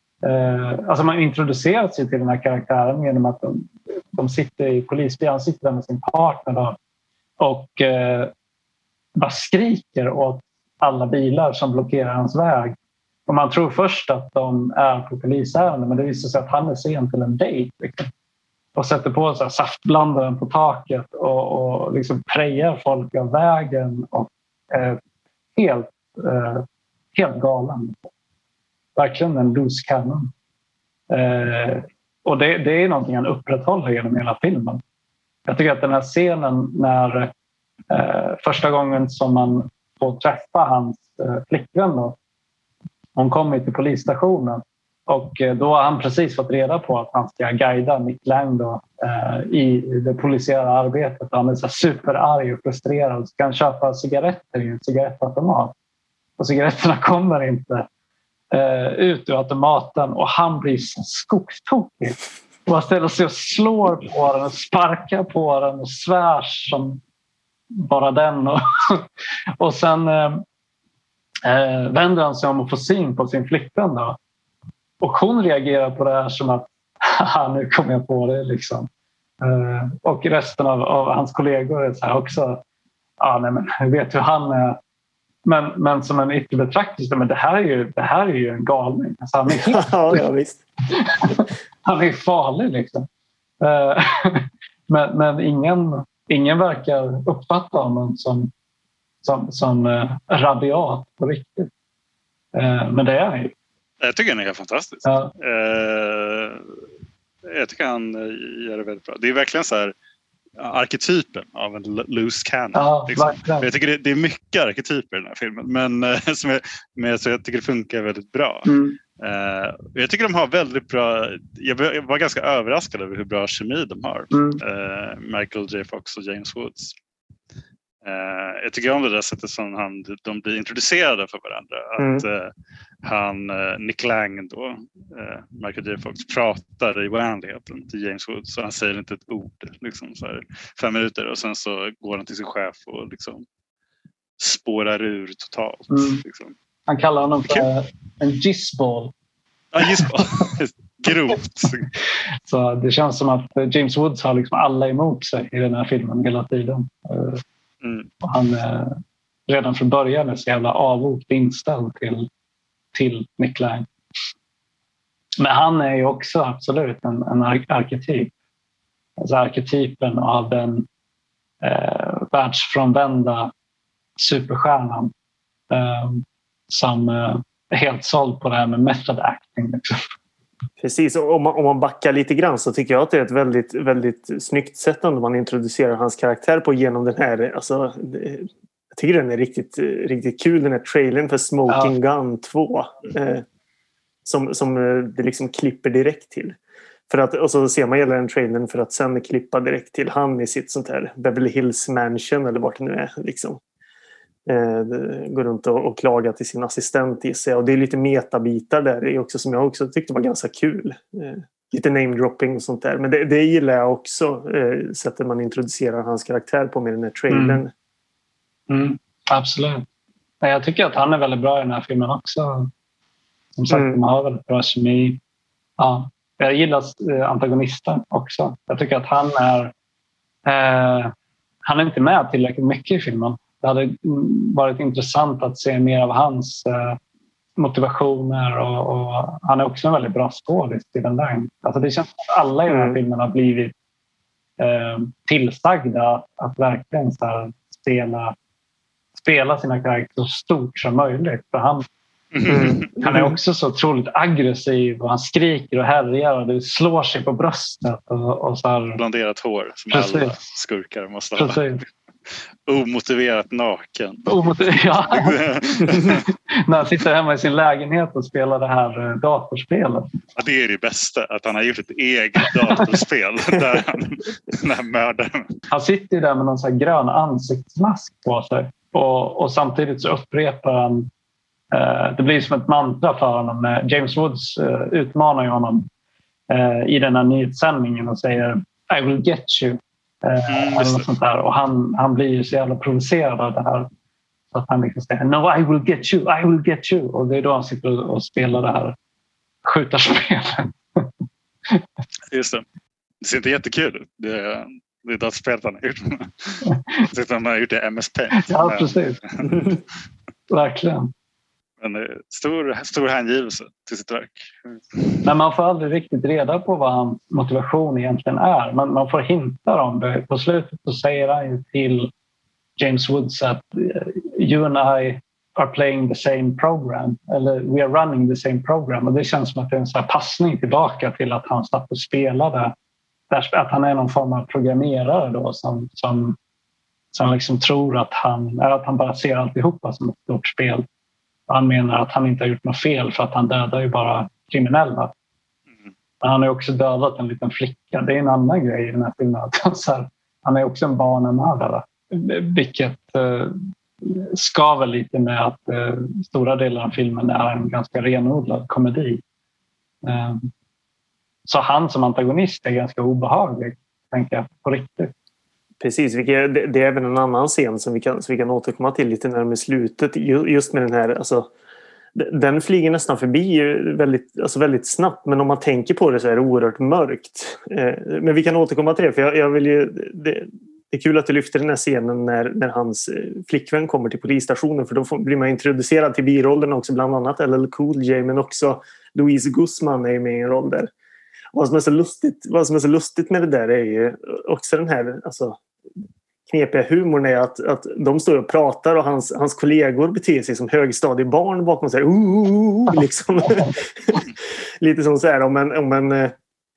Uh, alltså man introducerar sig till den här karaktären genom att de, de sitter i polisbilen, han sitter där med sin partner då, och uh, bara skriker åt alla bilar som blockerar hans väg. Och man tror först att de är på polisärenden, men det visar sig att han är sen till en dejt. Liksom. Och sätter på så här saftblandaren på taket och, och liksom prejar folk av vägen. Och eh, helt, eh, helt galen. Verkligen en loose cannon. Eh, och det, det är någonting han upprätthåller genom hela filmen. Jag tycker att den här scenen när eh, första gången som man får träffa hans eh, flickvän då, hon kommer till polisstationen och då har han precis fått reda på att han ska guida Nick Lang då, eh, i det polisiära arbetet. Han är så superarg och frustrerad och ska köpa cigaretter i en cigarettautomat. Och cigaretterna kommer inte eh, ut ur automaten och han blir så skogstokig. Och han ställer sig och slår på den och sparkar på den och svär som bara den. Och, och sen... Eh, Eh, vänder han sig om och får syn på sin flickvän då. Och hon reagerar på det här som att haha, nu kommer jag på det liksom. Eh, och resten av, av hans kollegor är så här också, ja nej men jag vet hur han är. Men, men som en ytterbetraktelse, men det här är ju, det här är ju en galning. Alltså, han är helt, ja, visst. han är farlig liksom. Eh, men men ingen, ingen verkar uppfatta honom som Som, som uh, rabiat på riktigt. Uh, men det är han ju. Jag tycker han är helt fantastisk. Ja. Uh, jag tycker han gör det väldigt bra. Det är verkligen så här arketypen av en loose cannon. Ja, liksom. Jag tycker det, det är mycket arketyper i den här filmen. Men, uh, som jag, men så jag tycker det funkar väldigt bra. Mm. Uh, jag tycker de har väldigt bra, jag var ganska överraskad över hur bra kemi de har. Mm. Uh, Michael J. Fox och James Woods. Uh, jag tycker om det där sättet som han, de blir introducerade för varandra. Mm. Att uh, han, uh, Nick Lang då, uh, Michael J. Fox, pratar i oändligheten till James Woods. Så han säger inte ett ord, liksom så här, fem minuter. Och sen så går han till sin chef och liksom spårar ur totalt. Mm. Liksom. Han kallar honom för en gissball. Ja, gissball. Grovt. Så det känns som att James Woods har liksom alla emot sig i den här filmen hela tiden. Mm. Och han är redan från början är så jävla avvokt inställd till, till Nick Lang. Men han är ju också absolut en, en arketyp. Alltså arketypen av den eh, världsfrånvända superstjärnan. Eh, som eh, är helt såld på det här med method acting. Liksom. Precis, och om man, om man backar lite grann så tycker jag att det är ett väldigt, väldigt snyggt sätt när man introducerar hans karaktär på genom den här, alltså, jag tycker den är riktigt, riktigt kul, den här trailern för Smoking ja. Gun två eh, som, som det liksom klipper direkt till. För att, och så ser man hela den trailern för att sen klippa direkt till han i sitt sånt här Beverly Hills Mansion eller vart det nu är liksom. Eh, går runt och, och klagar till sin assistent i sig. Och det är lite metabitar där också som jag också tyckte var ganska kul. Eh, lite name-dropping och sånt där. Men det, det gillar jag också. Eh, sättet man introducerar hans karaktär på med den här trailern. Mm. Mm, absolut. Jag tycker att han är väldigt bra i den här filmen också. Som sagt, mm. man har väldigt bra kemi. Ja. Jag gillar antagonisten också. Jag tycker att han är eh, han är inte med tillräckligt mycket i filmen. Det hade varit intressant att se mer av hans eh, motivationer och, och han är också en väldigt bra skådis i den där. Alltså det känns som att alla i den här mm. filmen har blivit eh, tillsagda att, att verkligen så här, spela, spela sina karaktärer så stort som möjligt. För han, mm. han är också så otroligt aggressiv och han skriker och härjar och det slår sig på bröstet. Och, och så här. Blonderat hår som Precis. Alla skurkar måste ha. Precis. Omotiverat naken. Omotiverat, ja. När han sitter hemma i sin lägenhet och spelar det här datorspelet. Ja, det är det bästa, att han har gjort ett eget datorspel där han, den här mördaren. Han sitter där med någon sån här grön ansiktsmask på sig och, och samtidigt så upprepar han eh, det blir som ett mantra för honom. James Woods eh, utmanar ju honom eh, i den här nyhetssändningen och säger I will get you. Mm, eller något sånt där. Och han, han blir ju så jävla provocerad av det här. Så att han liksom säger no, I will get you, I will get you. Och det är då han sitter och spelar det här skjutarspelet. Just det. Det ser inte jättekul ut. Det är, det är dataspelet han har gjort. Det ser han har gjort det M S P. Ja, precis. Verkligen. En stor, stor hängivelse till sitt verk. Men man får aldrig riktigt reda på vad hans motivation egentligen är. Man, man får hintar om det. På slutet så säger han ju till James Woods att you and I are playing the same program. Eller we are running the same program. Och det känns som att det är en sån här passning tillbaka till att han satt och spelade. Att han är någon form av programmerare då som, som, som liksom tror att han, att han bara ser alltihopa som ett stort spel. Han menar att han inte har gjort något fel för att han dödar ju bara kriminella. Mm. Men han har också dödat en liten flicka. Det är en annan grej i den här filmen. Så här, han är också en barnmördare. Vilket eh, skaver lite med att eh, stora delar av filmen är en ganska renodlad komedi. Eh, så han som antagonist är ganska obehaglig, tänker jag, på riktigt. Precis, det är även en annan scen som vi kan, som vi kan återkomma till lite närmare slutet. Just med den här, alltså, den flyger nästan förbi väldigt, alltså väldigt snabbt. Men om man tänker på det så är det oerhört mörkt. Men vi kan återkomma till det, för jag, jag vill ju... Det, det är kul att du lyfter den här scenen när, när hans flickvän kommer till polisstationen. För då får, blir man introducerad till birollerna också, bland annat L L Cool J, men också Louise Guzman är med i en roll där. Vad som är så lustigt, vad som är så lustigt med det där är ju också den här alltså, knepiga humorn är att, att de står och pratar och hans, hans kollegor beter sig som högstadiebarn bakom sig. Ooh, liksom. Lite som så här om en, om en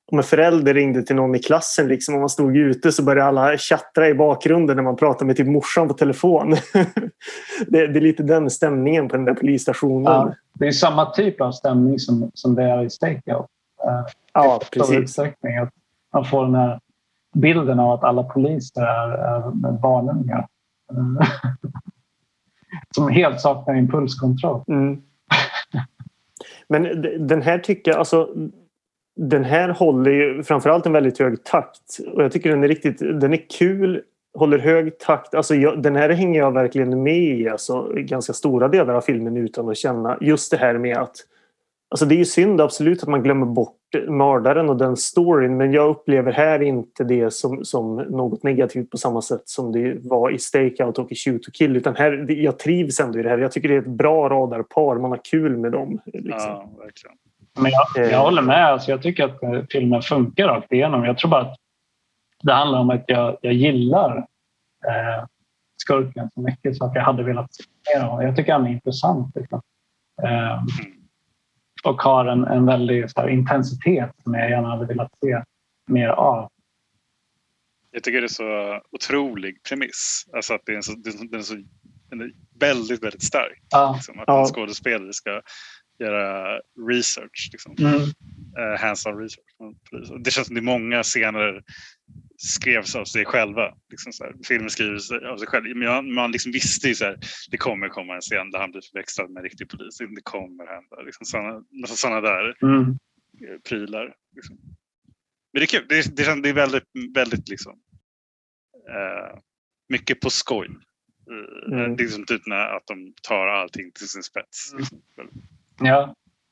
om en förälder ringde till någon i klassen liksom, om man stod ute så började alla chattra i bakgrunden när man pratade med typ morsan på telefon. det, det är lite den stämningen på den där polisstationen. Ja, det är samma typ av stämning som, som det är i Stakeout. Uh, ja, precis. Att man får den här bilden av att alla poliser är, är barnungar. Uh, som helt saknar impulskontroll. Mm. Men den här tycker jag, alltså den här håller ju framförallt en väldigt hög takt. Och jag tycker den är riktigt, den är kul, håller hög takt. Alltså jag, den här hänger jag verkligen med i, alltså ganska stora delar av filmen utan att känna just det här med att, alltså det är ju synd absolut att man glömmer bort mördaren och den storyn, men jag upplever här inte det som, som något negativt på samma sätt som det var i Stakeout och i Shoot to Kill, utan här, jag trivs ändå i det här. Jag tycker det är ett bra radarpar, man har kul med dem. Liksom. Ja, verkligen. Men jag, jag håller med, alltså jag tycker att filmen funkar rakt igenom. Jag tror bara att det handlar om att jag, jag gillar eh, skurken så mycket så att jag hade velat se mer av. Jag tycker han är intressant. Liksom. Eh, och har en, en väldig så här, intensitet som jag gärna hade velat se mer av. Jag tycker det är så otrolig premiss. Alltså att det är, en så, den är så den är väldigt, väldigt stark. Ja. Liksom, att ja. en skådespelare ska göra research. Liksom. Mm. Uh, hands-on research. Det känns som det är många scener skrevs av sig själva. Liksom så här, filmen skrivs av sig själv. Men man, man liksom visste ju så här, det kommer komma en scen där han blir förväxlad med en riktig polis. Det kommer hända. Liksom sådana, sådana där mm. prylar. Liksom. Men det är kul. Det, det, det är väldigt, väldigt liksom, uh, mycket på skoj. Uh, mm. Det är liksom typ när att de tar allting till sin spets. Liksom. Ja.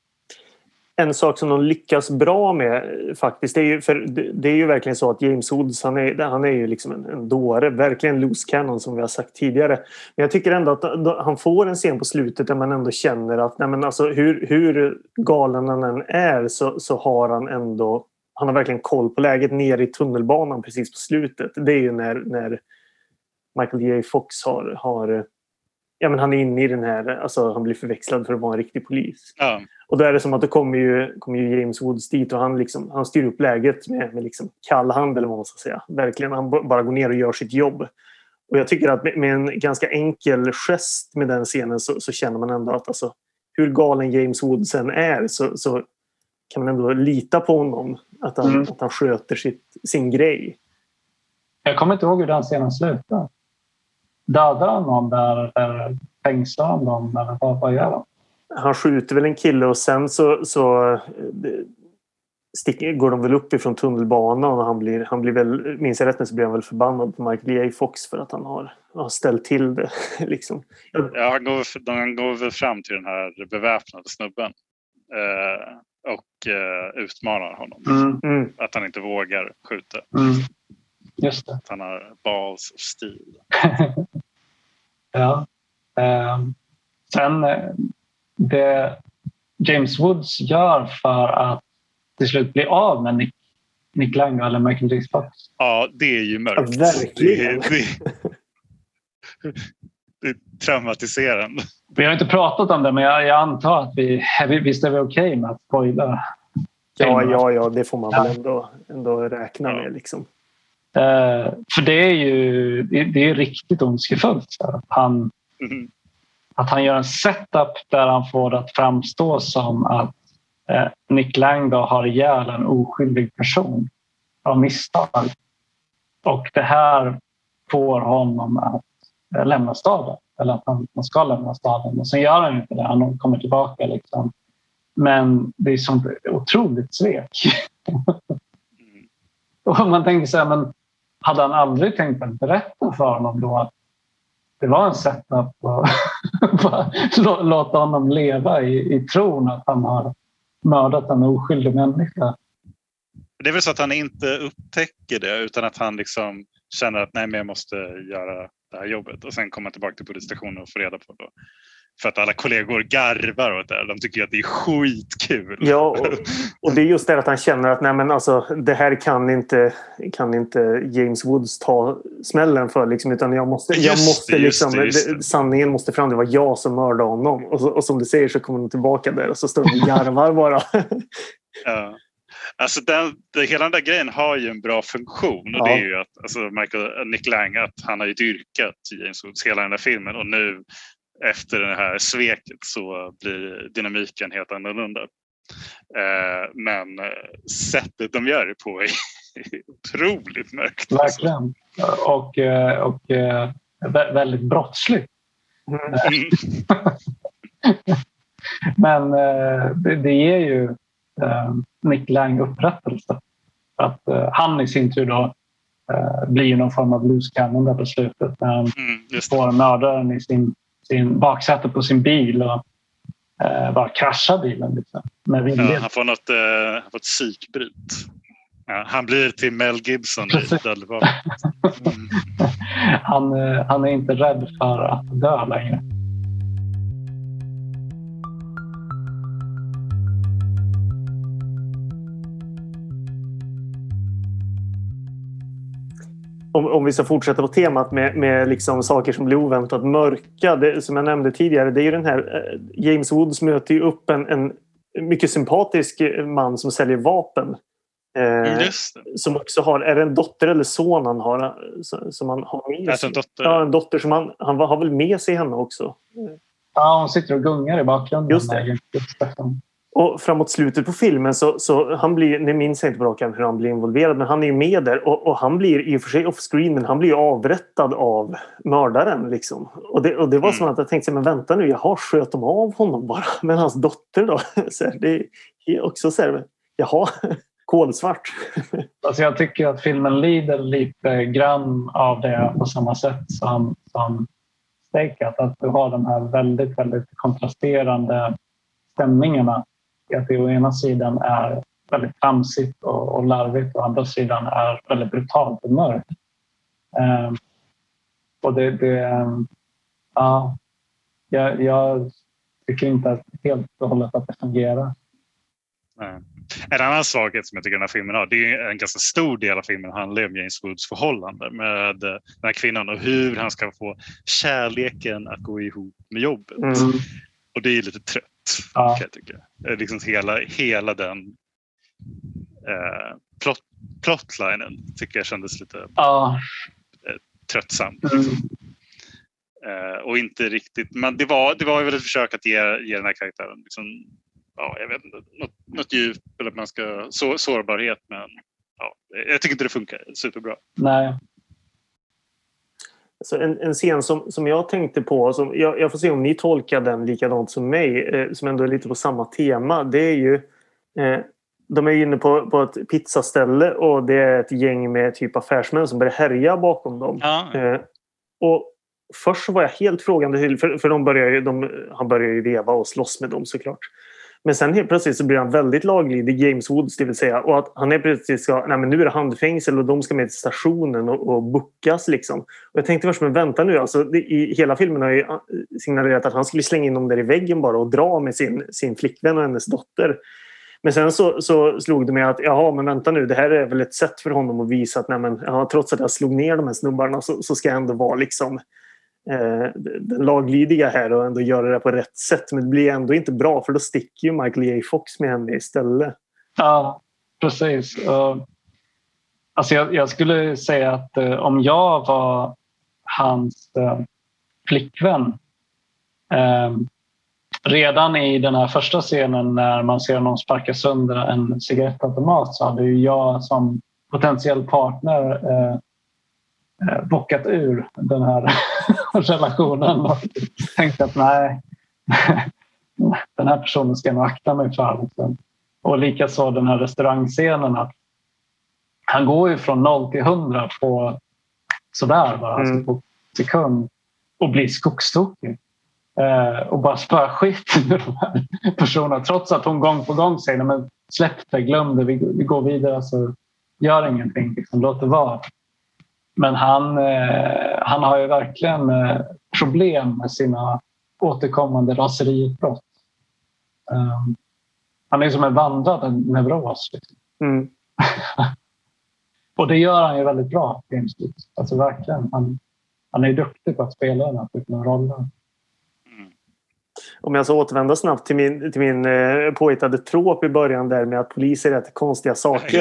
En sak som de lyckas bra med faktiskt, det är ju, för det är ju verkligen så att James Woods, han är, han är ju liksom en, en dåre, verkligen loose cannon som vi har sagt tidigare. Men jag tycker ändå att han får en scen på slutet där man ändå känner att nej men alltså, hur, hur galen han än är så, så har han ändå, han har verkligen koll på läget ner i tunnelbanan precis på slutet. Det är ju när, när Michael J. Fox har, har ja men han är inne i den här, alltså han blir förväxlad för att vara en riktig polis. Ja. Och då är det som att det kommer ju, kommer ju James Woods dit och han, liksom, han styr upp läget med, med liksom kall hand eller vad man ska säga. Verkligen, han bara går ner och gör sitt jobb. Och jag tycker att med, med en ganska enkel gest med den scenen så, så känner man ändå att alltså, hur galen James Woods än är så, så kan man ändå lita på honom. Att han, mm. att han sköter sitt, sin grej. Jag kommer inte ihåg hur den scenen slutar. Dödar han någon där eller fängslar han någon eller vad, vad gör han? Han skjuter väl en kille och sen så, så sticker, går de väl upp ifrån tunnelbanan och han blir, han blir väl, minns jag rätt så blir han väl förbannad på Michael J. Fox för att han har, har ställt till det. liksom. Ja, han går, han går väl fram till den här beväpnade snubben eh, och eh, utmanar honom. Mm. Mm. Att han inte vågar skjuta. Mm. Just det. Att han har balls of steel. ja. Um, sen det James Woods gör för att till slut bli av med Nick, Nick Lang eller Michael J. Fox. Ja, det är ju mörkt. Ja, verkligen. Det, det, det är traumatiserande. Vi har inte pratat om det, men jag, jag antar att vi, visst är vi okej okay med att spoila. Ja, ja, ja, det får man ja. väl ändå, ändå räkna ja. med liksom. Uh, för det är ju det, det är riktigt ondskefullt att han mm. att han gör en setup där han får det att framstå som att uh, Nick Lang då har ihjäl en oskyldig person av misstag. Och det här får honom att uh, lämna staden. Eller att han, han ska lämna staden. Och sen gör han inte det. Han kommer tillbaka liksom. Men det är sånt otroligt svek. mm. Och man tänker så här, men hade han aldrig tänkt att berätta för honom då att det var en setup och låta honom leva i, i tron att han har mördat en oskyldig människa? Det är väl så att han inte upptäcker det utan att han liksom känner att nej men jag måste göra det här jobbet och sen komma tillbaka till polisstationen och få reda på det. För att alla kollegor garvar åt det. De tycker att det är skitkul. Ja, och, och det är just det att han känner att nej men alltså, det här kan inte, kan inte James Woods ta smällen för. Liksom, utan jag måste, jag måste det, liksom, det, det. sanningen måste fram. Det var jag som mördade honom. Och, och som du säger så kommer de tillbaka där och så står de och garvar bara. Ja. Alltså den, det, hela den där grejen har ju en bra funktion och ja. Det är ju att alltså Michael, Nick Lang, att han har ju dyrkat James Woods hela den där filmen och nu efter det här sveket så blir dynamiken helt annorlunda. Eh, men sättet de gör det på är otroligt mörkt. Verkligen. Och, och, och väldigt brottsligt. Mm. Men det, det ger ju Nick Lang upprättelse. Att han i sin tur då blir någon form av loose cannon där på slutet när han mm, får mördaren i sin, sin baksäte på sin bil och eh, bara kraschar bilen liksom, med ja, han får något eh, han får ett psykbryt. Ja, han blir till Mel Gibson i Dödligvapen. Mm. han, han är inte rädd för att dö längre. Om, om vi ska fortsätta på temat med, med liksom saker som blir oväntat mörka. Det, som jag nämnde tidigare, det är ju den här eh, James Woods möter ju upp en, en mycket sympatisk man som säljer vapen. Eh, som också har, är det en dotter eller son han har som han har med alltså en dotter. Ja, en dotter som han, han har väl med sig henne också. Ja, hon sitter och gungar i bakgrunden. Just det. Och framåt slutet på filmen så, så han blir, ni minns inte bra hur han blir involverad, men han är ju med där och, och han blir i och för sig off-screen, men han blir ju avrättad av mördaren liksom. Och det, och det var mm. som att jag tänkte, men vänta nu, jaha, sköt de av honom bara, men hans dotter då? Så här, det är också så här, jaha, kolsvart. Alltså jag tycker att filmen lider lite grann av det på samma sätt som, som Stakeat, att du har de här väldigt, väldigt kontrasterande stämningarna. Att det å ena sidan är väldigt tramsigt och, och larvigt och å andra sidan är väldigt brutalt och mörkt. Um, och det, det um, ja, jag, jag tycker inte att helt och hållet att det fungerar. Nej. En annan svaghet som jag tycker den här filmen har, det är en ganska stor del av filmen handlar om James Woods förhållande med den här kvinnan och hur han ska få kärleken att gå ihop med jobbet. Mm. Och det är lite trött. Ja. Kan jag tycka. Liksom hela, hela den eh, plot, plotlinen tycker jag kändes lite ja. eh, tröttsamt. Mm. Eh, och inte riktigt, men det var, det var ju väl ett försök att ge, ge den här karaktären liksom, ja, jag vet inte, något, något djup eller att man ska, så, sårbarhet, men ja, jag tycker inte det funkar superbra. Nej. Så en, en scen som, som jag tänkte på, som jag, jag får se om ni tolkar den likadant som mig, eh, som ändå är lite på samma tema, det är ju eh, de är inne på, på ett pizzaställe och det är ett gäng med typ affärsmän som börjar härja bakom dem. Ja. Eh, och först så var jag helt frågande, för, för de börjar ju, de, han börjar ju veva och slåss med dem såklart. Men sen helt plötsligt så blir han väldigt laglydig, James Woods, det vill säga. Och att han är plötsligt ska, nej men nu är det handfängsel och de ska med till stationen och, och buckas liksom. Och jag tänkte först, men vänta nu, alltså det, i hela filmen har ju signalerat att han skulle slänga in dem där i väggen bara och dra med sin, sin flickvän och hennes dotter. Men sen så, så slog det mig att, jaha men vänta nu, det här är väl ett sätt för honom att visa att nej men, ja, trots att jag slog ner de här snubbarna så, så ska jag ändå vara liksom Eh, den laglydiga här och ändå göra det på rätt sätt, men det blir ändå inte bra för då sticker ju Michael J. Fox med henne istället. Ja, precis. Uh, alltså jag, jag skulle säga att uh, om jag var hans uh, flickvän uh, redan i den här första scenen när man ser någon sparka sönder en cigarettautomat, så hade ju jag som potentiell partner uh, bockat ur den här relationen och tänkte att nej, den här personen ska jag nog akta mig för. Och likaså den här restaurangscenen, att han går ju från noll till hundra på sådär bara, mm. alltså på sekund, och blir skogstokig eh, och bara spör skit med de här personerna, trots att hon gång på gång säger men släpp det, glöm det, vi, vi går vidare, så gör ingenting, liksom, låt det vara. Men han, eh, han har ju verkligen eh, problem med sina återkommande raseriutbrott. Um, han är som en vandrad nevros. Liksom. Mm. Och det gör han ju väldigt bra. Alltså verkligen. Han, han är duktig på att spela den här typen av roller. Mm. Om jag ska återvända snabbt till min, till min eh, påhittade tråp i början där med att poliser äter konstiga saker.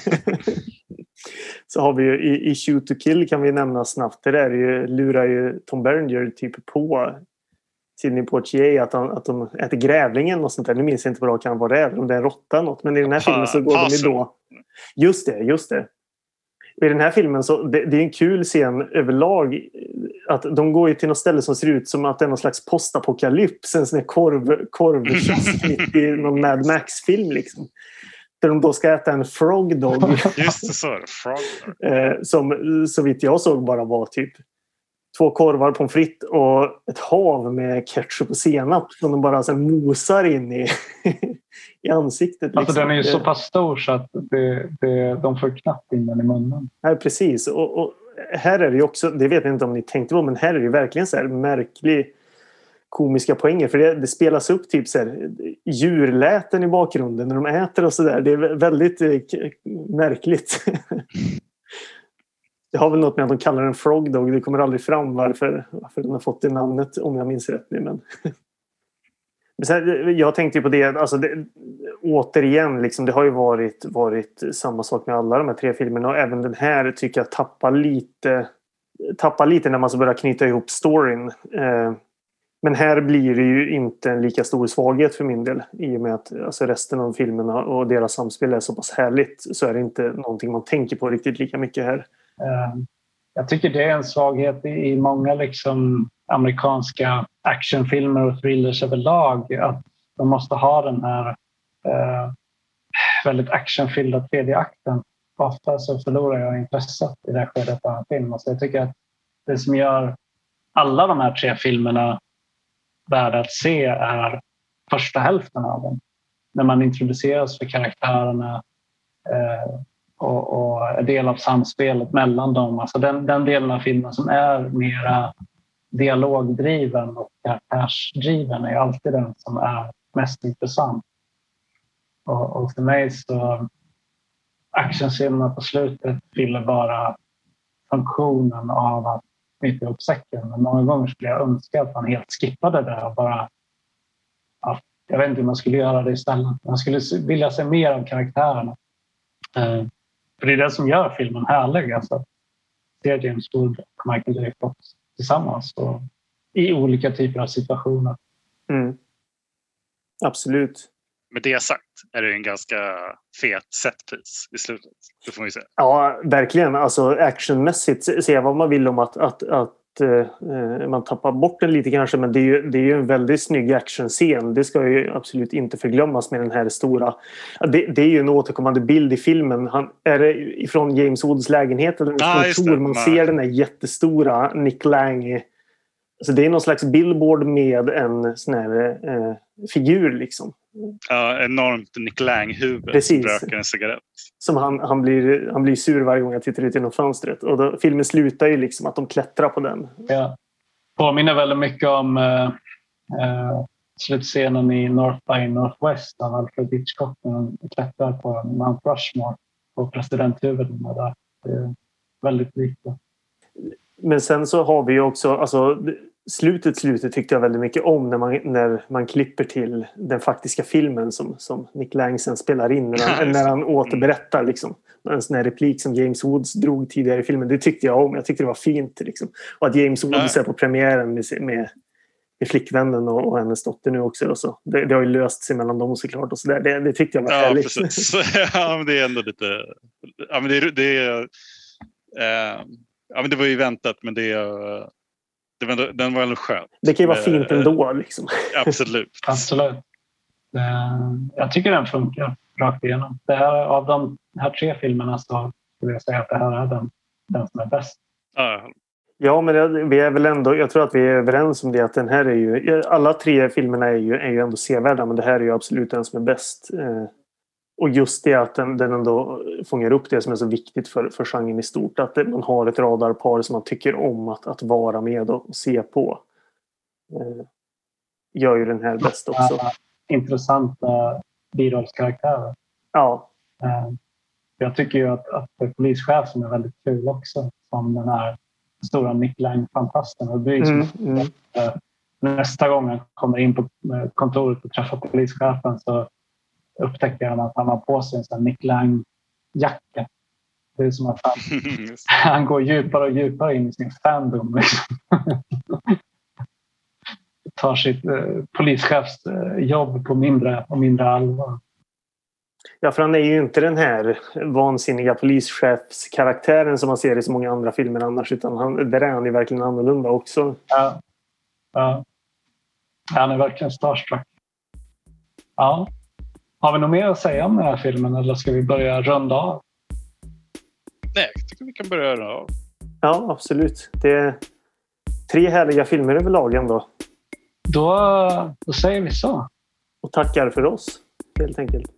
Så har vi ju i, i Shoot to Kill kan vi nämna snabbt. Det där är ju, lurar ju Tom Berenger typ på Sidney Poitier att, han, att de äter grävlingen och sånt där. Nu minns jag inte vad det kan vara det, om det är en råtta något. Men i den här filmen så går de ju då... Just det, just det. I den här filmen så det, det är en kul scen överlag att de går ju till något ställe som ser ut som att det är någon slags postapokalyps, en sån här korv, korvkiosk mitt i någon Mad Max-film liksom. Där de då ska äta en frog dog. Just det, så frog dog. eh, som så vitt jag såg bara var typ två korvar, pommes frites och ett hav med ketchup och senap som de bara så här mosar in i, i ansiktet. Liksom. Alltså den är ju så pass stor så att det, det, de får knappt in den i munnen. Ja, precis. Och, och här är det ju också, det vet jag inte om ni tänkte på, men här är det ju verkligen så här märklig komiska poänger. För det, det spelas upp typ så här djurläten i bakgrunden när de äter och sådär. Det är väldigt eh, märkligt. Det har väl något med att de kallar den frog dog. Det kommer aldrig fram varför, varför den har fått det namnet, om jag minns rätt nu. Men... men så här, jag tänkte ju på det, alltså det, återigen, liksom, det har ju varit, varit samma sak med alla de här tre filmerna. Och även den här tycker jag tappar lite, tappar lite när man så börjar knyta ihop storyn. Eh, men här blir det ju inte en lika stor svaghet för min del. I och med att alltså, resten av filmerna och deras samspel är så pass härligt, så är det inte någonting man tänker på riktigt lika mycket här. Jag tycker det är en svaghet i många liksom amerikanska actionfilmer och thrillers överlag, att de måste ha den här eh, väldigt actionfyllda tredje akten. Ofta så förlorar jag intresset i det här skedet av en film. Så jag tycker att det som gör alla de här tre filmerna värda att se är första hälften av dem. När man introduceras för karaktärerna eh, och, och är del av samspelet mellan dem. Alltså den, den delen av filmen som är mera dialogdriven och karaktärsdriven är alltid den som är mest intressant. Och, och för mig så actionscenerna på slutet fyller bara funktionen av att knyta ihop säcken. Men många gånger skulle jag önska att man helt skippade det och bara... Ja, jag vet inte hur man skulle göra det istället. Man skulle vilja se mer av karaktärerna. Uh, för det är det som gör filmen härlig. Alltså, se James Wood och Michael J. Fox tillsammans och i olika typer av situationer. Mm. Absolut. Med det sagt är det en ganska fet setpiece i slutet. Det får vi säga. Ja, verkligen. Alltså actionmässigt, säga vad man vill om att, att, att uh, man tappar bort den lite kanske, men det är ju, det är ju en väldigt snygg actionscen. Det ska ju absolut inte förglömmas med den här stora... Det, det är ju en återkommande bild i filmen. Han, är det ifrån James Woods lägenhet eller ah, kontor? Man ser den här jättestora Nick Lang. Alltså det är någon slags billboard med en sån här uh, figur liksom. Ja, enormt Nick Lang-huvud. Precis. Som röker en cigarett. Som han, han, blir, han blir sur varje gång jag tittar ut genom fönstret. Och då, filmen slutar ju liksom att de klättrar på den. Ja. Påminner väldigt mycket om uh, uh, slutscenen i North by Northwest av Alfred Hitchcock när de klättrar på Mount Rushmore på presidenthuvudena där. Det är väldigt likt. Men sen så har vi ju också... Alltså, Slutet, slutet tyckte jag väldigt mycket om när man, när man klipper till den faktiska filmen som, som Nick Lang sen spelar in när han, när han återberättar liksom, en sån här replik som James Woods drog tidigare i filmen. Det tyckte jag om. Jag tyckte det var fint. Liksom. Och att James Woods är på premiären med, med, med flickvännen och, och hennes dotter nu också. Och så. Det, det har ju löst sig mellan dem såklart. Och så där. Det, det tyckte jag var ja, härligt. Precis. Ja, men det är ändå lite... Ja, men det, det, är, äh, ja, men det var ju väntat, men det är... Det var, den var ändå skön. Det kan ju vara fint ändå. Liksom. Absolut. Absolut. Jag tycker den funkar rakt igenom. Det här, av de här tre filmerna så skulle jag säga att det här är den, den som är bäst. Ja, ja men det, vi är väl ändå, jag tror att vi är överens om det, att den här är ju, alla tre filmerna är ju, är ju ändå sevärda, men det här är ju absolut den som är bäst. Och just det att den, den ändå fångar upp det som är så viktigt för, för genren i stort. Att man har ett radarpar som man tycker om att, att vara med och se på. Eh, gör ju den här bäst också. Ja, intressanta birollskaraktärer. Ja. Eh, jag tycker ju att, att polischefen är väldigt kul också. Som den här stora Nick Lang-fantasten. Och det är mm, mm. eh, nästa gång han kommer in på kontoret och träffar polischefen så upptäcker han att han har på sig en sån Nick Lang-jacka. Det är som att han, han går djupare och djupare in i sin fandom. Liksom. Tar sitt eh, polischefsjobb på mindre och mindre allvar. Ja, för han är ju inte den här vansinniga polischefskaraktären som man ser i så många andra filmer annars, utan han, där är han ju verkligen annorlunda också. Ja, ja. Han är verkligen starstruck. Ja. Har vi något mer att säga om den här filmen eller ska vi börja runda av? Nej, jag tycker vi kan börja runda av. Ja, absolut. Det är tre härliga filmer överlag ändå. Då, då säger vi så. Och tackar för oss, helt enkelt.